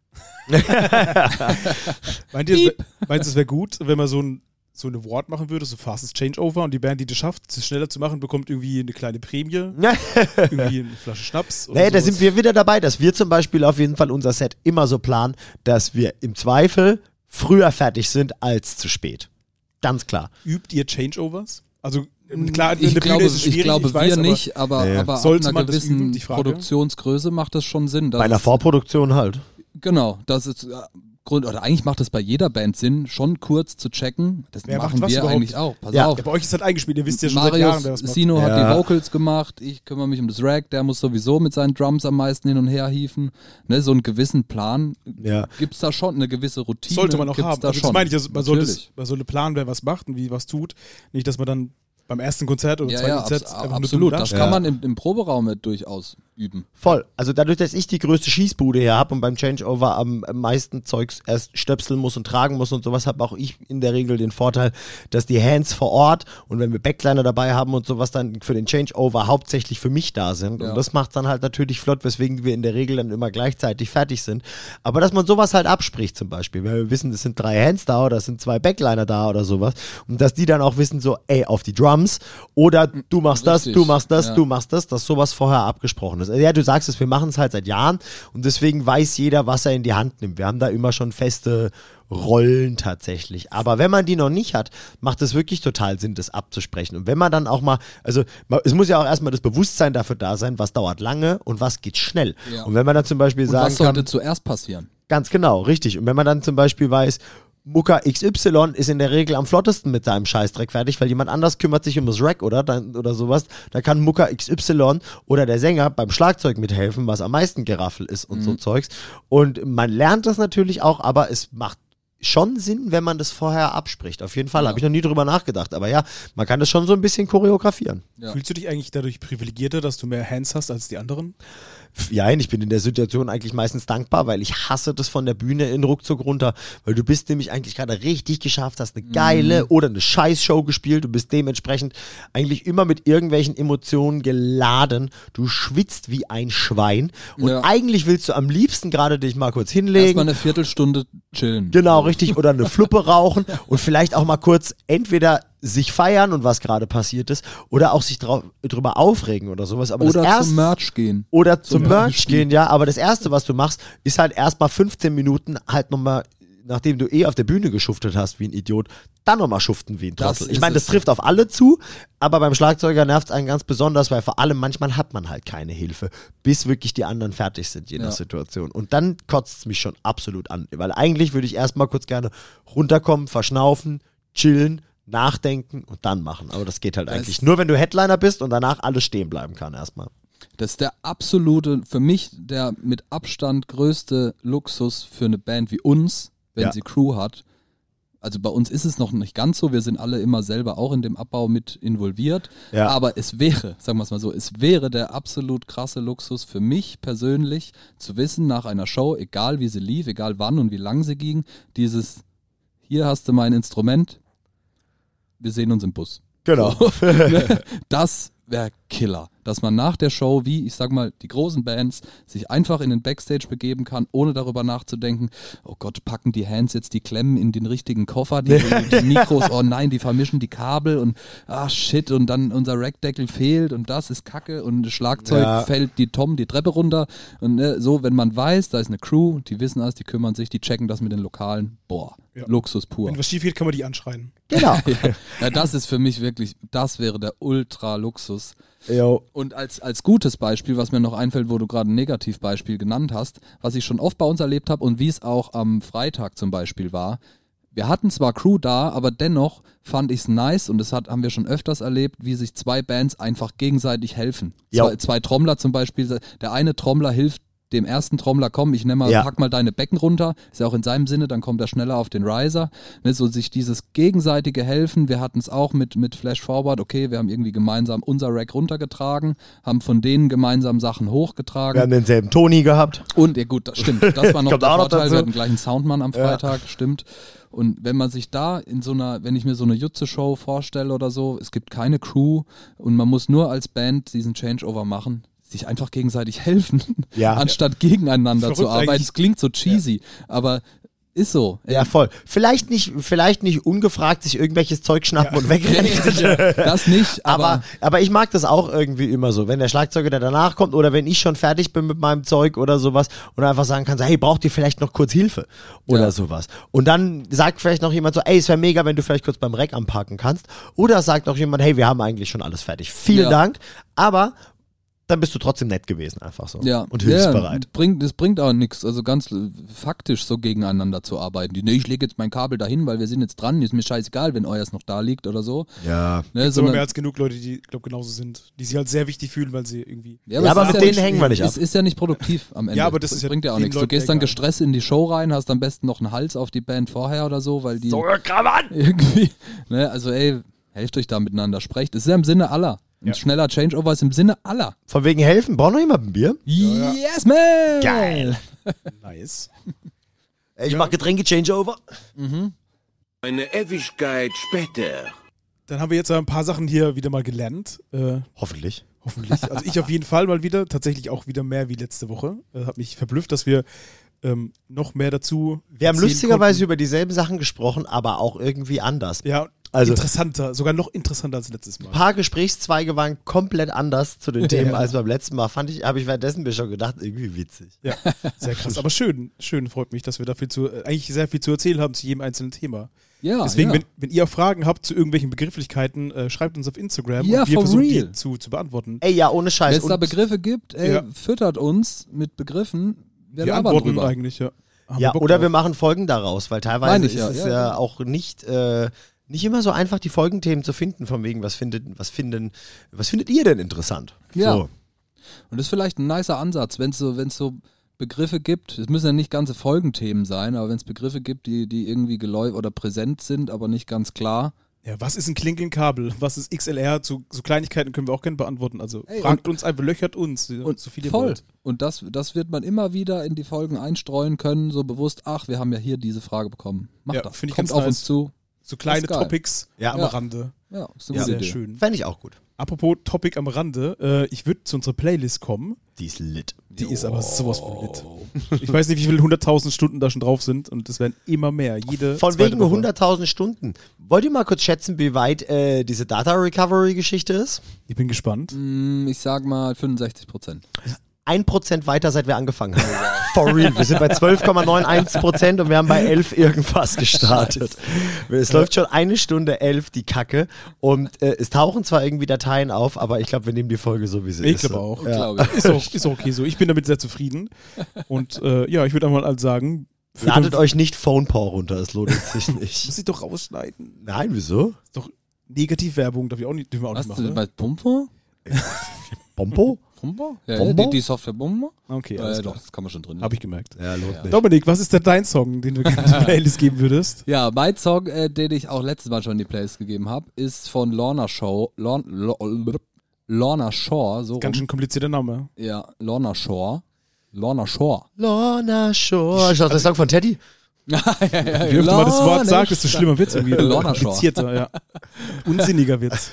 [SPEAKER 1] meint ihr, meint ihr, es wäre gut, wenn man so ein so eine Award machen würde, so Fastest Changeover und die Band, die das schafft, es schneller zu machen, bekommt irgendwie eine kleine Prämie, irgendwie eine Flasche Schnaps oder
[SPEAKER 4] Nee, da
[SPEAKER 1] sowas.
[SPEAKER 4] sind wir wieder dabei, dass wir zum Beispiel auf jeden Fall unser Set immer so planen, dass wir im Zweifel früher fertig sind als zu spät. Ganz klar.
[SPEAKER 1] Übt ihr Changeovers? Also klar,
[SPEAKER 3] Ich
[SPEAKER 1] eine
[SPEAKER 3] glaube,
[SPEAKER 1] Bühne ist es schwierig,
[SPEAKER 3] ich glaube
[SPEAKER 1] ich weiß,
[SPEAKER 3] wir
[SPEAKER 1] aber
[SPEAKER 3] nicht, aber,
[SPEAKER 4] Ja.
[SPEAKER 3] aber ab
[SPEAKER 1] Sollte
[SPEAKER 3] einer
[SPEAKER 1] man das
[SPEAKER 3] gewissen
[SPEAKER 1] üben, die Frage?
[SPEAKER 3] Produktionsgröße macht das schon Sinn. dass
[SPEAKER 4] Bei einer
[SPEAKER 3] es-
[SPEAKER 4] Vorproduktion halt.
[SPEAKER 3] Genau, das ist äh, Grund, oder eigentlich macht es bei jeder Band Sinn, schon kurz zu checken. Das
[SPEAKER 1] Wer
[SPEAKER 3] machen
[SPEAKER 1] macht was
[SPEAKER 3] wir
[SPEAKER 1] überhaupt?
[SPEAKER 3] eigentlich auch. Pass
[SPEAKER 4] Ja.
[SPEAKER 3] auf.
[SPEAKER 1] ja, bei euch ist halt eingespielt, ihr wisst ja schon seit Jahren, wer
[SPEAKER 3] Marius
[SPEAKER 1] was macht.
[SPEAKER 3] Sino hat
[SPEAKER 4] Ja.
[SPEAKER 3] die Vocals gemacht, ich kümmere mich um das Rack, der muss sowieso mit seinen Drums am meisten hin und her hieven. Ne, so einen gewissen Plan
[SPEAKER 4] Ja.
[SPEAKER 3] gibt es da schon, eine gewisse Routine.
[SPEAKER 1] Sollte man auch
[SPEAKER 3] gibt's
[SPEAKER 1] haben.
[SPEAKER 3] Da
[SPEAKER 1] Also
[SPEAKER 3] schon.
[SPEAKER 1] das meine ich, also man, sollte es,
[SPEAKER 3] Natürlich.
[SPEAKER 1] man sollte planen, wer was macht und wie was tut. Nicht, dass man dann beim ersten Konzert oder
[SPEAKER 3] Ja,
[SPEAKER 1] zweiten
[SPEAKER 3] ja,
[SPEAKER 1] Konzert
[SPEAKER 3] abs
[SPEAKER 1] einfach nur
[SPEAKER 3] absolut.
[SPEAKER 1] dumm
[SPEAKER 3] Das
[SPEAKER 1] dasteht.
[SPEAKER 3] kann man im, im Proberaum mit durchaus üben.
[SPEAKER 4] Voll. Also dadurch, dass ich die größte Schießbude hier habe und beim Changeover am meisten Zeugs erst stöpseln muss und tragen muss und sowas, habe auch ich in der Regel den Vorteil, dass die Hands vor Ort und wenn wir Backliner dabei haben und sowas dann für den Changeover hauptsächlich für mich da sind.
[SPEAKER 3] Ja.
[SPEAKER 4] Und das macht dann halt natürlich flott, weswegen wir in der Regel dann immer gleichzeitig fertig sind. Aber dass man sowas halt abspricht zum Beispiel, wenn wir wissen, es sind drei Hands da oder es sind zwei Backliner da oder sowas und dass die dann auch wissen so, ey, auf die Drums oder du machst das,
[SPEAKER 3] Richtig,
[SPEAKER 4] du machst das,
[SPEAKER 3] ja.
[SPEAKER 4] du machst das, dass sowas vorher abgesprochen ist. Also ja, du sagst es, wir machen es halt seit Jahren und deswegen weiß jeder, was er in die Hand nimmt. Wir haben da immer schon feste Rollen tatsächlich. Aber wenn man die noch nicht hat, macht es wirklich total Sinn, das abzusprechen. Und wenn man dann auch mal, also ma- es muss ja auch erstmal das Bewusstsein dafür da sein, was dauert lange und was geht schnell.
[SPEAKER 3] Ja.
[SPEAKER 4] Und wenn man dann zum Beispiel
[SPEAKER 3] Und
[SPEAKER 4] sagen
[SPEAKER 3] was sollte
[SPEAKER 4] kann,
[SPEAKER 3] zuerst passieren?
[SPEAKER 4] ganz genau, richtig. Und wenn man dann zum Beispiel weiß, Mucker X Y ist in der Regel am flottesten mit seinem Scheißdreck fertig, weil jemand anders kümmert sich um das Rack oder, dann, oder sowas. Da kann Mucker X Y oder der Sänger beim Schlagzeug mithelfen, was am meisten Geraffel ist und so Zeugs. Und man lernt das natürlich auch, aber es macht schon Sinn, wenn man das vorher abspricht. Auf jeden Fall,
[SPEAKER 3] Ja.
[SPEAKER 4] habe ich noch nie drüber nachgedacht. Aber ja, man kann das schon so ein bisschen choreografieren.
[SPEAKER 3] Ja.
[SPEAKER 1] Fühlst du dich eigentlich dadurch privilegierter, dass du mehr Hands hast als die anderen?
[SPEAKER 4] Ja, ich bin in der Situation eigentlich meistens dankbar, weil ich hasse das von der Bühne in ruckzuck runter, weil du bist nämlich eigentlich gerade richtig geschafft, hast eine geile oder eine Scheißshow gespielt, du bist dementsprechend eigentlich immer mit irgendwelchen Emotionen geladen, du schwitzt wie ein Schwein und
[SPEAKER 3] Ja.
[SPEAKER 4] eigentlich willst du am liebsten gerade dich mal kurz
[SPEAKER 3] Erstmal
[SPEAKER 4] hinlegen.
[SPEAKER 3] eine Viertelstunde chillen.
[SPEAKER 4] Genau, richtig. Oder eine Fluppe rauchen und vielleicht auch mal kurz entweder sich feiern und was gerade passiert ist oder auch sich drau- drüber aufregen oder sowas. Aber
[SPEAKER 3] Oder
[SPEAKER 4] das erste,
[SPEAKER 3] zum Merch gehen.
[SPEAKER 4] oder zum
[SPEAKER 3] Zum
[SPEAKER 4] Merch
[SPEAKER 3] Beispiel.
[SPEAKER 4] gehen, ja. Aber das Erste, was du machst, ist halt erstmal fünfzehn Minuten halt nochmal, nachdem du eh auf der Bühne geschuftet hast wie ein Idiot, dann nochmal schuften wie ein
[SPEAKER 3] Das
[SPEAKER 4] Trottel. Ich
[SPEAKER 3] ist
[SPEAKER 4] meine, das
[SPEAKER 3] es.
[SPEAKER 4] trifft auf alle zu, aber beim Schlagzeuger nervt es einen ganz besonders, weil vor allem manchmal hat man halt keine Hilfe, bis wirklich die anderen fertig sind, je nach
[SPEAKER 3] Ja.
[SPEAKER 4] Situation. Und dann kotzt es mich schon absolut an, weil eigentlich würde ich erstmal kurz gerne runterkommen, verschnaufen, chillen, nachdenken und dann machen. Aber das geht halt
[SPEAKER 3] Das-
[SPEAKER 4] eigentlich nur, wenn du Headliner bist und danach alles stehen bleiben kann erstmal.
[SPEAKER 3] Das ist der absolute, für mich der mit Abstand größte Luxus für eine Band wie uns, wenn
[SPEAKER 4] Ja.
[SPEAKER 3] sie Crew hat. Also bei uns ist es noch nicht ganz so, wir sind alle immer selber auch in dem Abbau mit involviert.
[SPEAKER 4] Ja.
[SPEAKER 3] Aber es wäre, sagen wir es mal so, es wäre der absolut krasse Luxus für mich persönlich, zu wissen nach einer Show, egal wie sie lief, egal wann und wie lang sie ging, dieses, hier hast du mein Instrument, wir sehen uns im Bus.
[SPEAKER 4] Genau.
[SPEAKER 3] Das wäre Killer. Dass man nach der Show, wie, ich sag mal, die großen Bands, sich einfach in den Backstage begeben kann, ohne darüber nachzudenken, oh Gott, packen die Hands jetzt die Klemmen in den richtigen Koffer, die, die Mikros, oh nein, die vermischen die Kabel und ah shit, und dann unser Rackdeckel fehlt und das ist Kacke und das Schlagzeug
[SPEAKER 4] Ja.
[SPEAKER 3] fällt die Tom die Treppe runter und ne, so, wenn man weiß, da ist eine Crew, die wissen alles, die kümmern sich, die checken das mit den Lokalen, boah,
[SPEAKER 1] Ja.
[SPEAKER 3] Luxus pur.
[SPEAKER 1] Wenn was schief geht, kann man die anschreien.
[SPEAKER 4] Genau.
[SPEAKER 3] Ja, ja, das ist für mich wirklich, das wäre der Ultra-Luxus.
[SPEAKER 4] Jo.
[SPEAKER 3] Und als, als gutes Beispiel, was mir noch einfällt, wo du gerade ein Negativbeispiel genannt hast, was ich schon oft bei uns erlebt habe und wie es auch am Freitag zum Beispiel war, wir hatten zwar Crew da, aber dennoch fand ich es nice und das hat, haben wir schon öfters erlebt, wie sich zwei Bands einfach gegenseitig helfen.
[SPEAKER 4] Jo.
[SPEAKER 3] Zwei, zwei Trommler zum Beispiel, der eine Trommler hilft dem ersten Trommler, komm, ich nehme mal,
[SPEAKER 4] Ja.
[SPEAKER 3] pack mal deine Becken runter, ist ja auch in seinem Sinne, dann kommt er schneller auf den Riser, ne, so sich dieses gegenseitige Helfen, wir hatten es auch mit, mit Flash Forward, okay, wir haben irgendwie gemeinsam unser Rack runtergetragen, haben von denen gemeinsam Sachen hochgetragen.
[SPEAKER 4] Wir haben denselben Toni gehabt.
[SPEAKER 3] Und, ja gut, das stimmt, das war noch
[SPEAKER 4] Kommt
[SPEAKER 3] der
[SPEAKER 4] auch noch
[SPEAKER 3] Vorteil,
[SPEAKER 4] dazu.
[SPEAKER 3] wir hatten gleich einen Soundmann am
[SPEAKER 4] Ja.
[SPEAKER 3] Freitag, stimmt. Und wenn man sich da in so einer, wenn ich mir so eine Jutze-Show vorstelle oder so, es gibt keine Crew und man muss nur als Band diesen Changeover machen, sich einfach gegenseitig helfen,
[SPEAKER 4] Ja.
[SPEAKER 3] anstatt gegeneinander
[SPEAKER 1] Verrückt
[SPEAKER 3] zu arbeiten.
[SPEAKER 1] eigentlich.
[SPEAKER 3] Es klingt so cheesy, aber ist so.
[SPEAKER 4] Ja, voll. Vielleicht nicht, vielleicht nicht ungefragt sich irgendwelches Zeug schnappen und wegrennen.
[SPEAKER 3] Das nicht, aber,
[SPEAKER 4] Aber, aber ich mag das auch irgendwie immer so, wenn der Schlagzeuger, der danach kommt oder wenn ich schon fertig bin mit meinem Zeug oder sowas und einfach sagen kann, so, hey, braucht ihr vielleicht noch kurz Hilfe oder
[SPEAKER 3] Ja.
[SPEAKER 4] sowas. Und dann sagt vielleicht noch jemand so, ey, es wäre mega, wenn du vielleicht kurz beim Rack anparken kannst. Oder sagt noch jemand, hey, wir haben eigentlich schon alles fertig. Vielen
[SPEAKER 3] Ja.
[SPEAKER 4] Dank, aber dann bist du trotzdem nett gewesen, einfach so.
[SPEAKER 3] ja,
[SPEAKER 4] Und hilfsbereit.
[SPEAKER 3] Ja, bringt, das bringt auch nichts, also ganz äh, faktisch so gegeneinander zu arbeiten. Die, nee, ich lege jetzt mein Kabel dahin, weil wir sind jetzt dran, ist mir scheißegal, wenn euers noch da liegt oder so.
[SPEAKER 4] Ja.
[SPEAKER 3] Ne,
[SPEAKER 1] Es gibt aber
[SPEAKER 3] sondern-
[SPEAKER 1] mehr als genug Leute, die, glaube genauso sind. Die sich halt sehr wichtig fühlen, weil sie irgendwie.
[SPEAKER 4] Ja, aber
[SPEAKER 3] es ist
[SPEAKER 4] mit denen hängen wir nicht
[SPEAKER 3] Es
[SPEAKER 4] ab.
[SPEAKER 3] ist ja nicht produktiv am Ende.
[SPEAKER 1] Ja, aber das ist ja
[SPEAKER 3] bringt ja auch
[SPEAKER 1] den
[SPEAKER 3] nichts. Du
[SPEAKER 1] Leuten
[SPEAKER 3] gehst dann
[SPEAKER 1] egal.
[SPEAKER 3] gestresst in die Show rein, hast am besten noch einen Hals auf die Band vorher oder so, weil die
[SPEAKER 4] So kann man!
[SPEAKER 3] irgendwie, ne, also ey, helft euch da miteinander, sprecht. Es ist ja im Sinne aller. Ein
[SPEAKER 1] Ja.
[SPEAKER 3] schneller Changeover ist im Sinne aller.
[SPEAKER 4] Von wegen helfen, braucht noch jemand ein Bier?
[SPEAKER 1] ja.
[SPEAKER 3] Yes, man!
[SPEAKER 4] Geil.
[SPEAKER 1] Nice.
[SPEAKER 4] Ey, Ich
[SPEAKER 1] Ja.
[SPEAKER 4] mach Getränke-Changeover.
[SPEAKER 5] Eine Ewigkeit später.
[SPEAKER 1] Dann haben wir jetzt ein paar Sachen hier wieder mal gelernt. Äh,
[SPEAKER 4] Hoffentlich.
[SPEAKER 1] hoffentlich. Also ich auf jeden Fall mal wieder. Tatsächlich auch wieder mehr wie letzte Woche. Äh, hat mich verblüfft, dass wir ähm, noch mehr dazu.
[SPEAKER 4] Wir haben
[SPEAKER 1] erzählen
[SPEAKER 4] lustigerweise
[SPEAKER 1] konnten.
[SPEAKER 4] über dieselben Sachen gesprochen, aber auch irgendwie anders.
[SPEAKER 1] Ja,
[SPEAKER 4] Also-
[SPEAKER 1] interessanter. Sogar noch interessanter als letztes Mal.
[SPEAKER 4] Ein paar Gesprächszweige waren komplett anders zu den Themen als beim letzten Mal. Fand ich, habe ich währenddessen mir schon gedacht, irgendwie witzig.
[SPEAKER 1] Ja, sehr krass. Aber schön. Schön, freut mich, dass wir dafür zu, äh, eigentlich sehr viel zu erzählen haben zu jedem einzelnen Thema.
[SPEAKER 3] Ja,
[SPEAKER 1] Deswegen,
[SPEAKER 3] ja.
[SPEAKER 1] wenn, wenn ihr Fragen habt zu irgendwelchen Begrifflichkeiten, äh, schreibt uns auf Instagram
[SPEAKER 3] Ja,
[SPEAKER 1] und wir
[SPEAKER 3] for
[SPEAKER 1] versuchen
[SPEAKER 3] real.
[SPEAKER 1] die zu, zu beantworten.
[SPEAKER 4] Ey, ja, ohne
[SPEAKER 3] Wenn
[SPEAKER 4] Scheiß.
[SPEAKER 3] es da
[SPEAKER 4] Und,
[SPEAKER 3] Begriffe gibt, ey,
[SPEAKER 1] Ja.
[SPEAKER 3] füttert uns mit Begriffen, wir,
[SPEAKER 1] wir
[SPEAKER 3] labern
[SPEAKER 1] antworten
[SPEAKER 3] drüber.
[SPEAKER 1] eigentlich, ja. Haben
[SPEAKER 4] ja,
[SPEAKER 1] Bock
[SPEAKER 4] oder
[SPEAKER 1] drauf.
[SPEAKER 4] wir machen Folgen daraus, weil teilweise
[SPEAKER 3] Meine ich,
[SPEAKER 4] ist
[SPEAKER 3] ja,
[SPEAKER 4] es
[SPEAKER 3] ja,
[SPEAKER 4] ja,
[SPEAKER 3] ja.
[SPEAKER 4] auch nicht, äh, nicht immer so einfach, die Folgenthemen zu finden, von wegen, was findet, was finden, was findet ihr denn interessant?
[SPEAKER 3] Ja.
[SPEAKER 4] So.
[SPEAKER 3] Und das ist vielleicht ein nicer Ansatz, wenn es so, wenn's so Begriffe gibt, es müssen ja nicht ganze Folgenthemen sein, aber wenn es Begriffe gibt, die, die irgendwie geläufig oder präsent sind, aber nicht ganz klar.
[SPEAKER 1] Ja, was ist ein Klinkenkabel? Was ist X L R? So, so Kleinigkeiten können wir auch gerne beantworten. Also
[SPEAKER 3] Ey,
[SPEAKER 1] fragt uns einfach, löchert uns, und so viel ihr
[SPEAKER 3] Voll.
[SPEAKER 1] wollt.
[SPEAKER 3] Und das, das wird man immer wieder in die Folgen einstreuen können, so bewusst, ach, wir haben ja hier diese Frage bekommen. Macht
[SPEAKER 1] Ja,
[SPEAKER 3] das.
[SPEAKER 1] finde ich
[SPEAKER 3] Kommt
[SPEAKER 1] ganz
[SPEAKER 3] auf
[SPEAKER 1] nice.
[SPEAKER 3] uns zu.
[SPEAKER 1] So kleine
[SPEAKER 3] geil.
[SPEAKER 1] Topics
[SPEAKER 4] Ja.
[SPEAKER 1] am
[SPEAKER 3] Ja.
[SPEAKER 1] Rande.
[SPEAKER 3] Ja, ist eine
[SPEAKER 4] Ja,
[SPEAKER 3] gute
[SPEAKER 1] Sehr
[SPEAKER 3] Idee.
[SPEAKER 1] schön.
[SPEAKER 4] Fände ich auch gut.
[SPEAKER 1] Apropos Topic am Rande, äh, ich würde zu unserer Playlist kommen.
[SPEAKER 4] Die ist lit.
[SPEAKER 1] Die ist aber sowas von lit. Ich weiß nicht, wie viele hunderttausend Stunden da schon drauf sind und es werden immer mehr. Jede
[SPEAKER 4] Von
[SPEAKER 1] zweite
[SPEAKER 4] wegen
[SPEAKER 1] Woche.
[SPEAKER 4] hunderttausend Stunden. Wollt ihr mal kurz schätzen, wie weit äh, diese Data Recovery Geschichte ist?
[SPEAKER 1] Ich bin gespannt.
[SPEAKER 3] Mm, Ich sag mal fünfundsechzig Prozent.
[SPEAKER 4] Ein Prozent weiter, seit wir angefangen haben. For real. Wir sind bei zwölf Komma einundneunzig Prozent und wir haben bei elf irgendwas gestartet. Es läuft schon eine Stunde elf, die Kacke. Und äh, es tauchen zwar irgendwie Dateien auf, aber ich glaube, wir nehmen die Folge so, wie sie
[SPEAKER 1] Ich
[SPEAKER 4] ist.
[SPEAKER 1] glaube auch.
[SPEAKER 4] Ja.
[SPEAKER 3] Glaube ich.
[SPEAKER 1] Ist auch, ist auch okay so. Ich bin damit sehr zufrieden. Und äh, ja, ich würde einmal halt sagen, für
[SPEAKER 4] Ladet
[SPEAKER 1] den-
[SPEAKER 4] euch nicht PhonePaw runter, es lohnt sich nicht.
[SPEAKER 1] muss ich doch rausschneiden.
[SPEAKER 4] Nein, wieso?
[SPEAKER 1] Ist doch Negativwerbung, darf ich auch nicht, dürfen wir auch
[SPEAKER 3] Was,
[SPEAKER 1] nicht
[SPEAKER 3] du
[SPEAKER 1] machen.
[SPEAKER 3] bei
[SPEAKER 1] Ne?
[SPEAKER 3] Pumper?
[SPEAKER 4] Pompo?
[SPEAKER 3] Pumper? Ja,
[SPEAKER 4] Bomber?
[SPEAKER 3] Die, die Software Bomber?
[SPEAKER 1] Okay,
[SPEAKER 3] Ja,
[SPEAKER 1] alles
[SPEAKER 3] ja,
[SPEAKER 1] klar.
[SPEAKER 3] doch, das kann man schon drin.
[SPEAKER 1] Habe ich gemerkt.
[SPEAKER 4] Ja, lohnt nicht.
[SPEAKER 1] Dominik, was ist denn dein Song, den du gerne in die Playlist geben würdest?
[SPEAKER 3] Ja, mein Song, äh, den ich auch letztes Mal schon in die Playlist gegeben habe, ist von Lorna Shaw. Lorn, Lo- Lorna Shore, so
[SPEAKER 1] Ganz
[SPEAKER 3] rum.
[SPEAKER 1] schön komplizierter Name.
[SPEAKER 3] Ja, Lorna Shore. Lorna Shore.
[SPEAKER 4] Lorna Shore. Ist das der Song von Teddy?
[SPEAKER 3] ja, ja, ja.
[SPEAKER 1] Je öfter man das Wort
[SPEAKER 3] Lorna
[SPEAKER 1] sagt, desto schlimmer wird es irgendwie.
[SPEAKER 3] Lorna Shore.
[SPEAKER 1] Komplizierter, ja. Unsinniger wird's.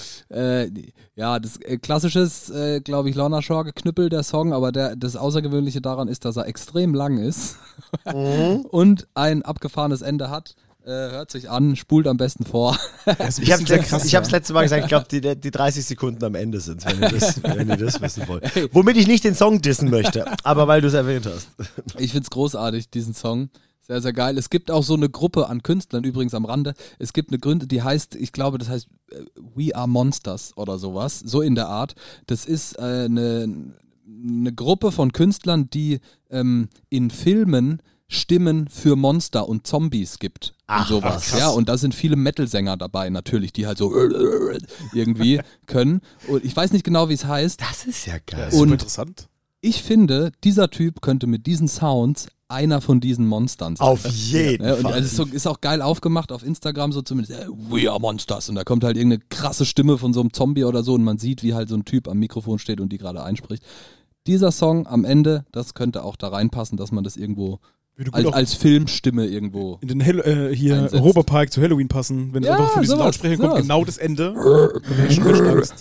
[SPEAKER 3] Äh, ja, das äh, klassisches, äh, glaube ich, Lorna Shore geknüppel, der Song, aber der, das Außergewöhnliche daran ist, dass er extrem lang ist
[SPEAKER 4] Mhm.
[SPEAKER 3] und ein abgefahrenes Ende hat. Äh, hört sich an, spult am besten vor.
[SPEAKER 1] Das ist ein
[SPEAKER 4] Ich habe
[SPEAKER 1] bisschen sehr krass,
[SPEAKER 4] ich hab's
[SPEAKER 1] ja.
[SPEAKER 4] letzte Mal gesagt, ich glaube, die, die dreißig Sekunden am Ende sind, wenn ihr das, wenn ihr das wissen wollt. Womit ich nicht den Song dissen möchte, aber weil du es erwähnt hast.
[SPEAKER 3] Ich find's großartig, diesen Song. Sehr, sehr geil. Es gibt auch so eine Gruppe an Künstlern, übrigens am Rande. Es gibt eine Gründe, die heißt, ich glaube, das heißt äh, We Are Monsters oder sowas. So in der Art. Das ist äh, eine, eine Gruppe von Künstlern, die ähm, in Filmen Stimmen für Monster und Zombies gibt.
[SPEAKER 4] Ach,
[SPEAKER 3] und sowas.
[SPEAKER 4] krass.
[SPEAKER 3] Ja, und da sind viele Metal-Sänger dabei natürlich, die halt so irgendwie können. Und ich weiß nicht genau, wie es heißt.
[SPEAKER 4] Das ist ja geil.
[SPEAKER 1] Ja, super
[SPEAKER 3] Und-
[SPEAKER 1] interessant.
[SPEAKER 3] Ich finde, dieser Typ könnte mit diesen Sounds einer von diesen Monstern sein.
[SPEAKER 4] Auf jeden
[SPEAKER 3] Ja, und
[SPEAKER 4] Fall.
[SPEAKER 3] also es ist, so, ist auch geil aufgemacht auf Instagram, so zumindest, äh, We Are Monsters. Und da kommt halt irgendeine krasse Stimme von so einem Zombie oder so und man sieht, wie halt so ein Typ am Mikrofon steht und die gerade einspricht. Dieser Song am Ende, das könnte auch da reinpassen, dass man das irgendwo
[SPEAKER 1] Würde gut
[SPEAKER 3] als,
[SPEAKER 1] auch
[SPEAKER 3] als Filmstimme irgendwo.
[SPEAKER 1] in den Hel äh, hier
[SPEAKER 3] einsetzt.
[SPEAKER 1] Europapark zu Halloween passen. Wenn es
[SPEAKER 3] Ja,
[SPEAKER 1] einfach von diesen
[SPEAKER 3] sowas,
[SPEAKER 1] Lautsprechern kommt,
[SPEAKER 3] sowas.
[SPEAKER 1] genau das Ende. Dann hätte ich schon richtig Angst.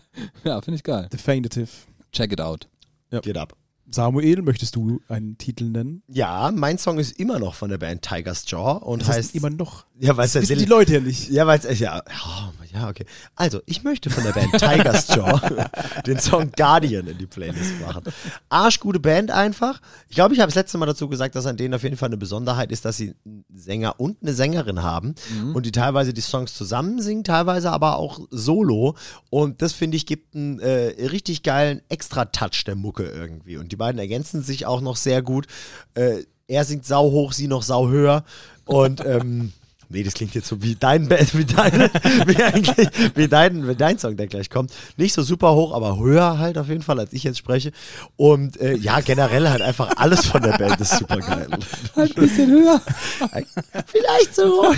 [SPEAKER 3] Ja, finde ich geil.
[SPEAKER 1] Definitive.
[SPEAKER 3] Check it out.
[SPEAKER 4] Geht ab.
[SPEAKER 1] Samuel, möchtest du einen Titel nennen?
[SPEAKER 4] Ja, mein Song ist immer noch von der Band Tiger's Jaw und
[SPEAKER 1] Das
[SPEAKER 4] heißt
[SPEAKER 1] heißt immer noch.
[SPEAKER 4] ja, weil es ja
[SPEAKER 1] Wissen die
[SPEAKER 4] sehr-
[SPEAKER 1] Leute ja nicht.
[SPEAKER 4] Ja, weil es ja, oh, ja, okay. Also, ich möchte von der Band Tiger's Jaw den Song Guardian in die Playlist machen. Arschgute Band einfach. Ich glaube, ich habe das letzte Mal dazu gesagt, dass an denen auf jeden Fall eine Besonderheit ist, dass sie einen Sänger und eine Sängerin haben und die teilweise die Songs zusammen singen, teilweise aber auch solo. Und das, finde ich, gibt einen äh, richtig geilen Extra-Touch der Mucke irgendwie. Und die beiden ergänzen sich auch noch sehr gut. Äh, er singt sau hoch, sie noch sau höher. Und ähm, nee, das klingt jetzt so wie dein Band, wie dein, wie eigentlich, wie dein, wie dein Song, der gleich kommt. Nicht so super hoch, aber höher halt auf jeden Fall, als ich jetzt spreche. Und äh, ja, generell halt einfach alles von der Band ist super geil.
[SPEAKER 3] Halt ein bisschen höher.
[SPEAKER 4] Vielleicht so hoch.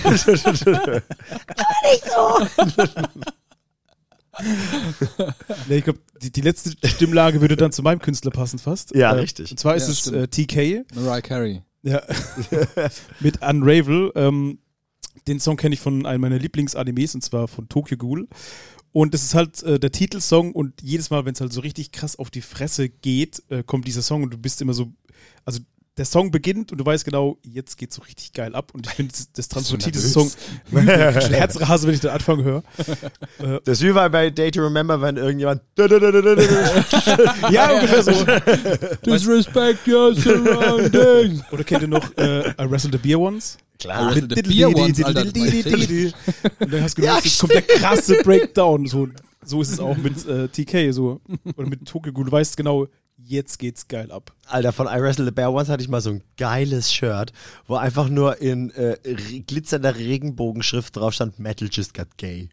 [SPEAKER 4] Aber nicht so.
[SPEAKER 1] Nee, ich glaube, die, die letzte Stimmlage würde dann zu meinem Künstler passen fast.
[SPEAKER 4] Ja,
[SPEAKER 1] äh,
[SPEAKER 4] richtig.
[SPEAKER 1] Und zwar ist
[SPEAKER 3] Ja,
[SPEAKER 1] es
[SPEAKER 3] stimmt.
[SPEAKER 1] äh, T K
[SPEAKER 3] Mariah Carey.
[SPEAKER 1] ja, mit Unravel. Ähm, den Song kenne ich von einem meiner Lieblingsanimes und zwar von Tokyo Ghoul. Und das ist halt äh, der Titelsong und jedes Mal, wenn es halt so richtig krass auf die Fresse geht, äh, kommt dieser Song und du bist immer so, also der Song beginnt und du weißt genau, jetzt geht's so richtig geil ab und ich finde, das, das transportiert diesen Song übel. Ich krieg schon Herzrasen, wenn ich den Anfang höre.
[SPEAKER 4] Das ist wie bei Day to Remember, wenn irgendjemand
[SPEAKER 1] Ja, ungefähr so.
[SPEAKER 3] Disrespect your surroundings.
[SPEAKER 1] Oder kennt ihr noch äh, I Wrestled the Beer Once?
[SPEAKER 4] Klar.
[SPEAKER 3] Wrestle the Beer Once, Alter, das war richtig.
[SPEAKER 1] Und dann hast du
[SPEAKER 4] Ja,
[SPEAKER 1] gedacht, jetzt kommt der krasse Breakdown. So, so ist es auch mit äh, T K so. Oder mit Tokyo Ghoul. Du weißt genau, jetzt geht's geil ab.
[SPEAKER 4] Alter, von I Wrestle the Bear Once hatte ich mal so ein geiles Shirt, wo einfach nur in äh, re- glitzernder Regenbogenschrift drauf stand, Metal just got gay.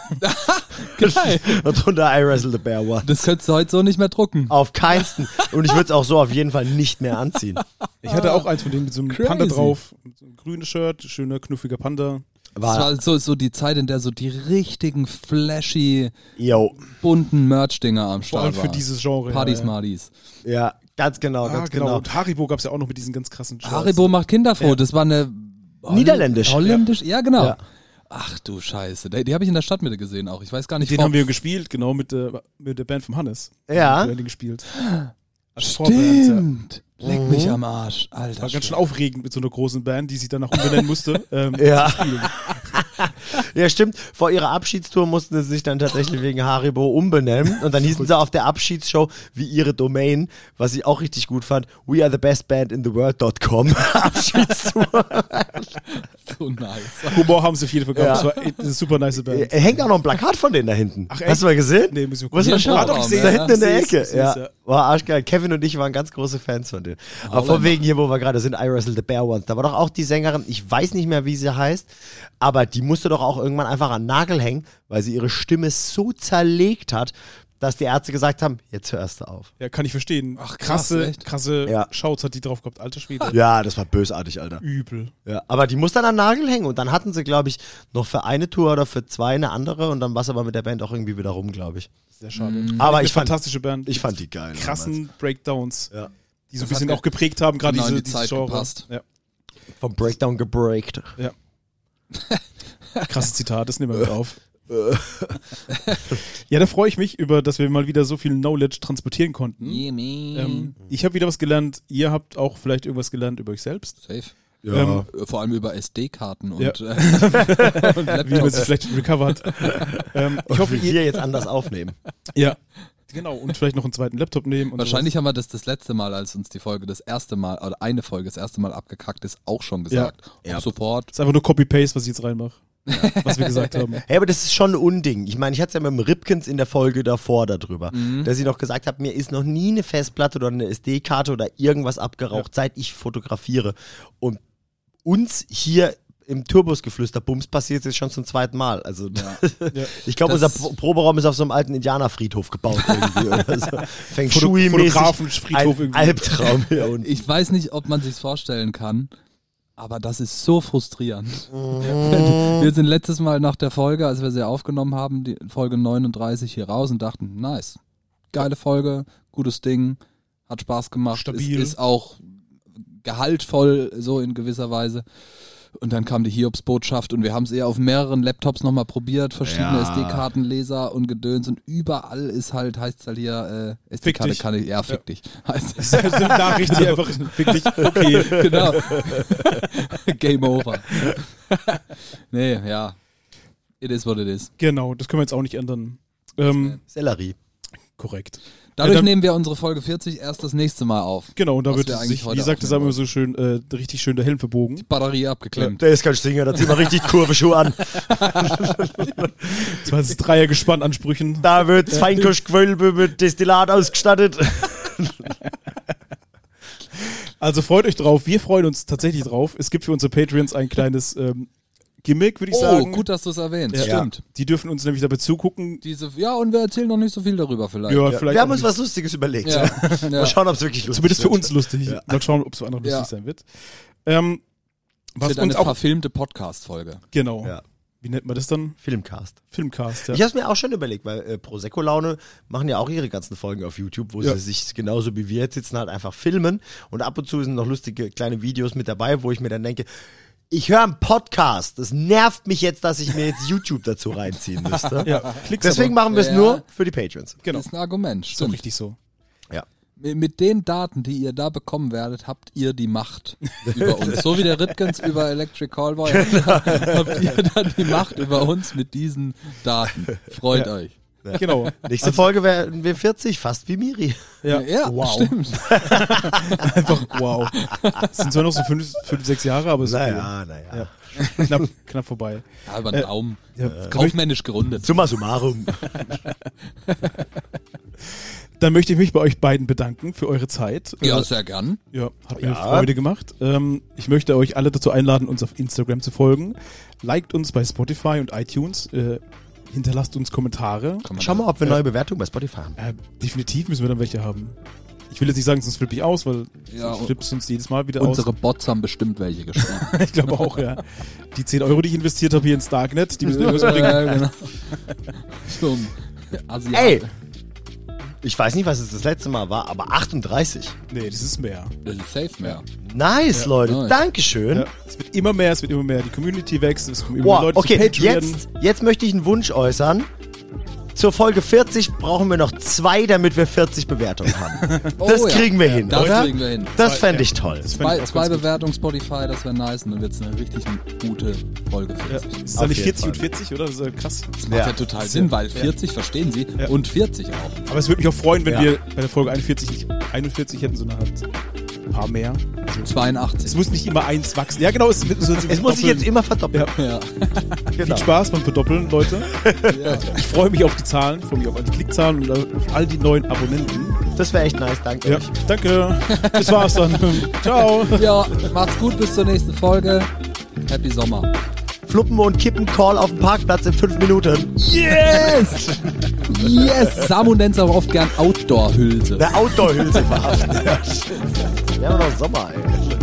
[SPEAKER 3] Geil.
[SPEAKER 4] Und drunter I Wrestle the Bear Once.
[SPEAKER 3] Das könntest du heute so nicht mehr drucken.
[SPEAKER 4] Auf keinsten. Und ich würde es auch so auf jeden Fall nicht mehr anziehen.
[SPEAKER 1] Ich hatte auch eins von denen mit so einem
[SPEAKER 3] Crazy.
[SPEAKER 1] Panda drauf. Mit so einem grünes Shirt, schöner, knuffiger Panda.
[SPEAKER 3] Das
[SPEAKER 4] War,
[SPEAKER 3] war so, so die Zeit, in der so die richtigen flashy,
[SPEAKER 4] yo,
[SPEAKER 3] bunten Merch-Dinger am
[SPEAKER 1] Vor allem
[SPEAKER 3] Start
[SPEAKER 1] für
[SPEAKER 3] waren.
[SPEAKER 1] dieses Genre.
[SPEAKER 3] Partys,
[SPEAKER 1] ja, ja.
[SPEAKER 3] Smarties.
[SPEAKER 4] ja, ganz genau,
[SPEAKER 1] Ah,
[SPEAKER 4] ganz
[SPEAKER 1] genau.
[SPEAKER 4] genau.
[SPEAKER 1] Und Haribo gab es ja auch noch mit diesen ganz krassen Shirts.
[SPEAKER 3] Haribo macht Kinder froh.
[SPEAKER 1] Ja.
[SPEAKER 3] Das war eine Holl-
[SPEAKER 4] Niederländisch.
[SPEAKER 3] Holländisch, ja, genau.
[SPEAKER 4] Ja.
[SPEAKER 3] Ach du Scheiße. Die, die habe ich in der Stadtmitte gesehen auch. Ich weiß gar nicht,
[SPEAKER 1] Den
[SPEAKER 3] vor-
[SPEAKER 1] haben wir gespielt, genau, mit, der mit der Band vom Hannes.
[SPEAKER 4] Ja.
[SPEAKER 1] Haben wir den gespielt. Als Vorband, ja.
[SPEAKER 3] Stimmt. Leck
[SPEAKER 4] Mhm.
[SPEAKER 3] mich am Arsch. Alter.
[SPEAKER 1] War ganz schön
[SPEAKER 3] Schwede.
[SPEAKER 1] aufregend mit so einer großen Band, die sich danach umbenennen musste. Ähm,
[SPEAKER 4] Ja.
[SPEAKER 1] zu spielen.
[SPEAKER 4] Ja, stimmt. Vor ihrer Abschiedstour mussten sie sich dann tatsächlich wegen Haribo umbenennen. Und dann hießen sie auf der Abschiedsshow wie ihre Domain, was ich auch richtig gut fand, we are the best band in the world dot com. Abschiedstour.
[SPEAKER 3] So nice.
[SPEAKER 1] Humor haben sie auf jeden Fall gehabt.
[SPEAKER 4] Ja.
[SPEAKER 1] Das war echt eine super nice Band.
[SPEAKER 4] Äh, Hängt auch noch ein Plakat von denen da hinten.
[SPEAKER 1] Ach, echt?
[SPEAKER 4] Hast du mal gesehen?
[SPEAKER 1] Nee, muss ich
[SPEAKER 4] Was
[SPEAKER 3] Ja,
[SPEAKER 4] ist
[SPEAKER 3] schon.
[SPEAKER 4] das?
[SPEAKER 3] Doch,
[SPEAKER 4] Da
[SPEAKER 3] ja.
[SPEAKER 4] hinten in der
[SPEAKER 1] Ich
[SPEAKER 4] Ecke.
[SPEAKER 1] seh's, ich
[SPEAKER 4] Ja.
[SPEAKER 1] seh's, ja.
[SPEAKER 4] War arschgeil. Kevin und ich waren ganz große Fans von denen. Aber
[SPEAKER 3] Holländer.
[SPEAKER 4] von wegen hier, wo wir gerade sind, I Wrestle the Bear Once. Da war doch auch die Sängerin, ich weiß nicht mehr, wie sie heißt, aber die musste doch auch irgendwann einfach an den Nagel hängen, weil sie ihre Stimme so zerlegt hat, dass die Ärzte gesagt haben, jetzt hörst du auf.
[SPEAKER 1] Ja, kann ich verstehen.
[SPEAKER 3] Ach, krass,
[SPEAKER 1] krasse,
[SPEAKER 3] echt?
[SPEAKER 1] krasse
[SPEAKER 4] Ja.
[SPEAKER 1] Shouts hat die drauf gehabt. Alter Schwede.
[SPEAKER 4] Ja, das war bösartig, Alter.
[SPEAKER 1] Übel.
[SPEAKER 4] Ja, aber die muss dann an den Nagel hängen und dann hatten sie, glaube ich, noch für eine Tour oder für zwei eine andere und dann war es aber mit der Band auch irgendwie wieder rum, glaube ich.
[SPEAKER 1] Sehr schade.
[SPEAKER 4] Aber
[SPEAKER 1] Eine
[SPEAKER 4] ich fand,
[SPEAKER 1] fantastische Band.
[SPEAKER 4] ich fand die geil.
[SPEAKER 1] krassen Breakdowns,
[SPEAKER 4] damals. Ja.
[SPEAKER 1] die so ein
[SPEAKER 3] Das
[SPEAKER 1] bisschen
[SPEAKER 3] hat
[SPEAKER 1] auch geprägt haben, gerade
[SPEAKER 3] genau in
[SPEAKER 1] diese,
[SPEAKER 3] die
[SPEAKER 1] dieses
[SPEAKER 3] Zeit
[SPEAKER 1] Genre.
[SPEAKER 3] gepasst.
[SPEAKER 1] Ja.
[SPEAKER 4] Vom Breakdown gebreakt.
[SPEAKER 1] Ja. Krasses Zitat, das nehmen wir mit auf. Ja, da freue ich mich über, dass wir mal wieder so viel Knowledge transportieren konnten.
[SPEAKER 3] Yeah, man.
[SPEAKER 1] Ähm, ich habe wieder was gelernt, ihr habt auch vielleicht irgendwas gelernt über euch selbst.
[SPEAKER 3] Safe.
[SPEAKER 4] Ja.
[SPEAKER 1] Ähm,
[SPEAKER 3] Vor allem über S D-Karten und,
[SPEAKER 1] Ja.
[SPEAKER 3] äh, und
[SPEAKER 1] Wie man
[SPEAKER 3] Laptops.
[SPEAKER 1] sich vielleicht recovert. ähm, ich hoffe,
[SPEAKER 4] wie
[SPEAKER 1] ihr,
[SPEAKER 4] wir jetzt anders aufnehmen.
[SPEAKER 1] ja, genau, und vielleicht noch einen zweiten Laptop nehmen. Und
[SPEAKER 3] Wahrscheinlich haben wir das das letzte Mal, als uns die Folge das erste Mal, oder eine Folge das erste Mal abgekackt ist, auch schon gesagt.
[SPEAKER 4] Ja.
[SPEAKER 3] Auch sofort.
[SPEAKER 1] Das ist einfach nur Copy-Paste, was ich jetzt reinmache. Was wir gesagt haben.
[SPEAKER 4] Hey, aber das ist schon ein Unding. Ich meine, ich hatte es ja mit dem Ripkins in der Folge davor darüber,
[SPEAKER 3] Mhm.
[SPEAKER 4] dass ich noch gesagt habe, mir ist noch nie eine Festplatte oder eine S D-Karte oder irgendwas abgeraucht, seit ich fotografiere. Und uns hier im Turbusgeflüster-Bums passiert es jetzt schon zum zweiten Mal. Also ich glaube, unser
[SPEAKER 3] Das-
[SPEAKER 4] Pro- Proberaum ist auf so einem alten Indianerfriedhof gebaut irgendwie oder so. Feng
[SPEAKER 1] Foto-
[SPEAKER 4] Shui-mäßig.
[SPEAKER 1] Fotografenfriedhof
[SPEAKER 4] Ein
[SPEAKER 1] irgendwie.
[SPEAKER 4] Albtraum hier unten.
[SPEAKER 3] Ich weiß nicht, ob man sich's vorstellen kann, aber das ist so frustrierend.
[SPEAKER 4] Mhm.
[SPEAKER 3] Wir sind letztes Mal nach der Folge, als wir sie aufgenommen haben, die Folge neununddreißig hier raus und dachten, nice, geile Folge, gutes Ding, hat Spaß gemacht,
[SPEAKER 1] Stabil.
[SPEAKER 3] Ist, ist auch gehaltvoll so in gewisser Weise. Und dann kam die Hiobs-Botschaft und wir haben es eher auf mehreren Laptops nochmal probiert, verschiedene
[SPEAKER 4] Ja.
[SPEAKER 3] S D-Kartenleser und Gedöns und überall ist halt, heißt es halt hier, äh, S D-Karte
[SPEAKER 1] dich.
[SPEAKER 3] kann ich, ja, fick dich. Heißt,
[SPEAKER 1] Das ist halt eine Nachricht, die einfach wirklich, okay.
[SPEAKER 3] genau. Game over. Nee, ja. It is what it is.
[SPEAKER 1] Genau, das können wir jetzt auch nicht ändern. Ähm,
[SPEAKER 4] Sellerie.
[SPEAKER 1] korrekt.
[SPEAKER 3] Dadurch
[SPEAKER 1] Ja, dann-
[SPEAKER 3] nehmen wir unsere Folge vierzig erst das nächste Mal auf.
[SPEAKER 1] Genau, und da
[SPEAKER 3] Was
[SPEAKER 1] wird
[SPEAKER 3] wir eigentlich
[SPEAKER 1] sich,
[SPEAKER 3] heute
[SPEAKER 1] wie sagt das
[SPEAKER 3] aufnehmen
[SPEAKER 1] immer so schön, äh, richtig schön der Helm verbogen.
[SPEAKER 3] Batterie abgeklemmt.
[SPEAKER 4] Der ist kein Stinger, da zieh mal richtig Kurvenschuhe an.
[SPEAKER 1] Das war das Dreiergespann-Ansprüchen.
[SPEAKER 4] Da wird das Feinkostgewölbe mit Destillat ausgestattet.
[SPEAKER 1] Also freut euch drauf, wir freuen uns tatsächlich drauf. Es gibt für unsere Patreons ein kleines ähm, Gimmick, würde ich
[SPEAKER 3] Oh,
[SPEAKER 1] sagen.
[SPEAKER 3] gut, dass du es erwähnst.
[SPEAKER 1] Ja.
[SPEAKER 3] Stimmt.
[SPEAKER 1] Die dürfen uns nämlich dabei zugucken.
[SPEAKER 3] Diese, ja, und wir erzählen noch nicht so viel darüber vielleicht.
[SPEAKER 1] Ja, vielleicht
[SPEAKER 4] Wir haben
[SPEAKER 1] auch
[SPEAKER 4] uns
[SPEAKER 1] nicht.
[SPEAKER 4] was Lustiges überlegt.
[SPEAKER 3] Ja. Ja.
[SPEAKER 4] Mal schauen, ob es wirklich lustig
[SPEAKER 1] Zumindest für
[SPEAKER 4] wird.
[SPEAKER 1] uns lustig.
[SPEAKER 4] Ja.
[SPEAKER 1] Mal schauen, ob es für andere lustig
[SPEAKER 3] Ja.
[SPEAKER 1] sein wird. Ähm, was
[SPEAKER 3] Wird eine
[SPEAKER 1] uns auch...
[SPEAKER 3] verfilmte Podcast-Folge.
[SPEAKER 1] Genau.
[SPEAKER 4] Ja.
[SPEAKER 1] Wie nennt man das dann?
[SPEAKER 4] Filmcast.
[SPEAKER 1] Filmcast, ja.
[SPEAKER 4] Ich habe es mir auch schon überlegt, weil äh, Prosecco-Laune machen ja auch ihre ganzen Folgen auf YouTube, wo
[SPEAKER 1] Ja.
[SPEAKER 4] sie sich genauso wie wir jetzt sitzen, halt einfach filmen. Und ab und zu sind noch lustige kleine Videos mit dabei, wo ich mir dann denke, ich höre einen Podcast. Das nervt mich jetzt, dass ich mir jetzt YouTube dazu reinziehen müsste.
[SPEAKER 1] Ja, Klicks
[SPEAKER 4] Deswegen
[SPEAKER 1] aber.
[SPEAKER 4] machen wir es
[SPEAKER 3] Ja.
[SPEAKER 4] nur für die Patrons.
[SPEAKER 1] Genau.
[SPEAKER 3] Das ist ein Argument.
[SPEAKER 1] So
[SPEAKER 3] Stimmt.
[SPEAKER 1] richtig so.
[SPEAKER 4] Ja.
[SPEAKER 3] Mit mit den Daten, die ihr da bekommen werdet, habt ihr die Macht über uns. So wie der Ripkins über Electric Callboy habt ihr dann die Macht über uns mit diesen Daten. Freut
[SPEAKER 1] Ja.
[SPEAKER 3] euch.
[SPEAKER 1] Genau.
[SPEAKER 4] Nächste Folge werden wir vierzig, fast wie Miri.
[SPEAKER 1] Ja,
[SPEAKER 3] Ja,
[SPEAKER 1] wow.
[SPEAKER 3] stimmt.
[SPEAKER 1] Einfach wow. Es sind zwar noch so fünf, fünf sechs Jahre, aber es ist
[SPEAKER 4] Naja, naja.
[SPEAKER 1] cool. Ja. Knapp, knapp vorbei.
[SPEAKER 3] Ja, über den
[SPEAKER 1] Äh,
[SPEAKER 3] Daumen.
[SPEAKER 1] Ja, kann ich,
[SPEAKER 3] Kaufmännisch gerundet.
[SPEAKER 4] Summa summarum.
[SPEAKER 1] dann möchte ich mich bei euch beiden bedanken für eure Zeit.
[SPEAKER 3] Ja,
[SPEAKER 1] Äh,
[SPEAKER 3] sehr gern.
[SPEAKER 1] Ja, hat mir
[SPEAKER 4] Ja.
[SPEAKER 1] Freude gemacht. Ähm, ich möchte euch alle dazu einladen, uns auf Instagram zu folgen. Liked uns bei Spotify und iTunes. Äh, hinterlasst uns Kommentare.
[SPEAKER 3] Kann man
[SPEAKER 4] Schau mal, ob wir neue Bewertungen bei Spotify haben.
[SPEAKER 1] Äh, definitiv müssen wir dann welche haben. Ich will jetzt nicht sagen, sonst flippe ich aus, weil
[SPEAKER 3] Ja,
[SPEAKER 1] ich flippe sonst jedes Mal wieder
[SPEAKER 3] Unsere Bots haben bestimmt welche geschrieben.
[SPEAKER 1] aus. Ich glaube auch, ja. Die zehn Euro, die ich investiert habe hier ins Darknet, die müssen irgendwas bringen.
[SPEAKER 3] Ja, genau. Zum Asiaten.
[SPEAKER 4] Ey! Ich weiß nicht, was es das letzte Mal war, aber achtunddreißig.
[SPEAKER 1] Nee, das ist mehr.
[SPEAKER 3] Das ist safe mehr.
[SPEAKER 4] Nice,
[SPEAKER 1] Ja.
[SPEAKER 4] Leute.
[SPEAKER 3] Nice.
[SPEAKER 4] Dankeschön.
[SPEAKER 1] Ja, es wird immer mehr, es wird immer mehr. Die Community wächst, es kommen immer
[SPEAKER 4] Boah,
[SPEAKER 1] mehr Leute
[SPEAKER 4] okay,
[SPEAKER 1] zu Patreon.
[SPEAKER 4] jetzt, jetzt möchte ich einen Wunsch äußern. Zur Folge vierzig brauchen wir noch zwei, damit wir vierzig Bewertungen haben. Das
[SPEAKER 3] Oh ja.
[SPEAKER 4] kriegen wir hin,
[SPEAKER 3] Das
[SPEAKER 4] oder?
[SPEAKER 3] kriegen wir hin.
[SPEAKER 4] Das
[SPEAKER 1] Zwei,
[SPEAKER 4] fände ich
[SPEAKER 1] ja.
[SPEAKER 4] toll.
[SPEAKER 1] Das fänd
[SPEAKER 3] Zwei,
[SPEAKER 1] ich auch
[SPEAKER 3] zwei
[SPEAKER 1] ganz gut.
[SPEAKER 3] Bewertungen Spotify, das wäre nice. Und dann wird es eine richtig gute Folge
[SPEAKER 1] Ja,
[SPEAKER 3] vierzig.
[SPEAKER 1] ist
[SPEAKER 4] Auf
[SPEAKER 1] da nicht
[SPEAKER 4] jeden
[SPEAKER 1] vierzig und
[SPEAKER 4] Fall.
[SPEAKER 1] vierzig, oder? Das ist ja krass.
[SPEAKER 3] Das macht ja, total Sinn, weil vierzig verstehen sie
[SPEAKER 1] Ja.
[SPEAKER 3] und vierzig auch.
[SPEAKER 1] Aber es würde mich auch freuen, wenn
[SPEAKER 4] Ja.
[SPEAKER 1] wir bei der Folge einundvierzig nicht einundvierzig hätten, sondern halt ein paar mehr. Also,
[SPEAKER 3] zweiundachtzig.
[SPEAKER 1] es muss nicht immer eins wachsen. Ja, genau. Es, es,
[SPEAKER 4] Es muss sich jetzt immer verdoppeln.
[SPEAKER 1] Ja.
[SPEAKER 3] Ja.
[SPEAKER 4] Genau.
[SPEAKER 1] Viel Spaß beim Verdoppeln, Leute.
[SPEAKER 3] Ja.
[SPEAKER 1] Ich freue mich auf die Zahlen, ich freue mich auf all die Klickzahlen und auf all die neuen Abonnenten.
[SPEAKER 4] Das wäre echt nice, danke
[SPEAKER 1] Ja,
[SPEAKER 4] euch.
[SPEAKER 1] danke. Das war's dann. Ciao.
[SPEAKER 3] ja, macht's gut, bis zur nächsten Folge. Happy Sommer.
[SPEAKER 4] Fluppen und Kippen Call auf dem Parkplatz in fünf Minuten.
[SPEAKER 3] Yes! Yes! Samu nennt's aber oft gern Outdoor-Hülse.
[SPEAKER 4] Eine Outdoor-Hülse verhaften. Wir haben noch Sommer, ey.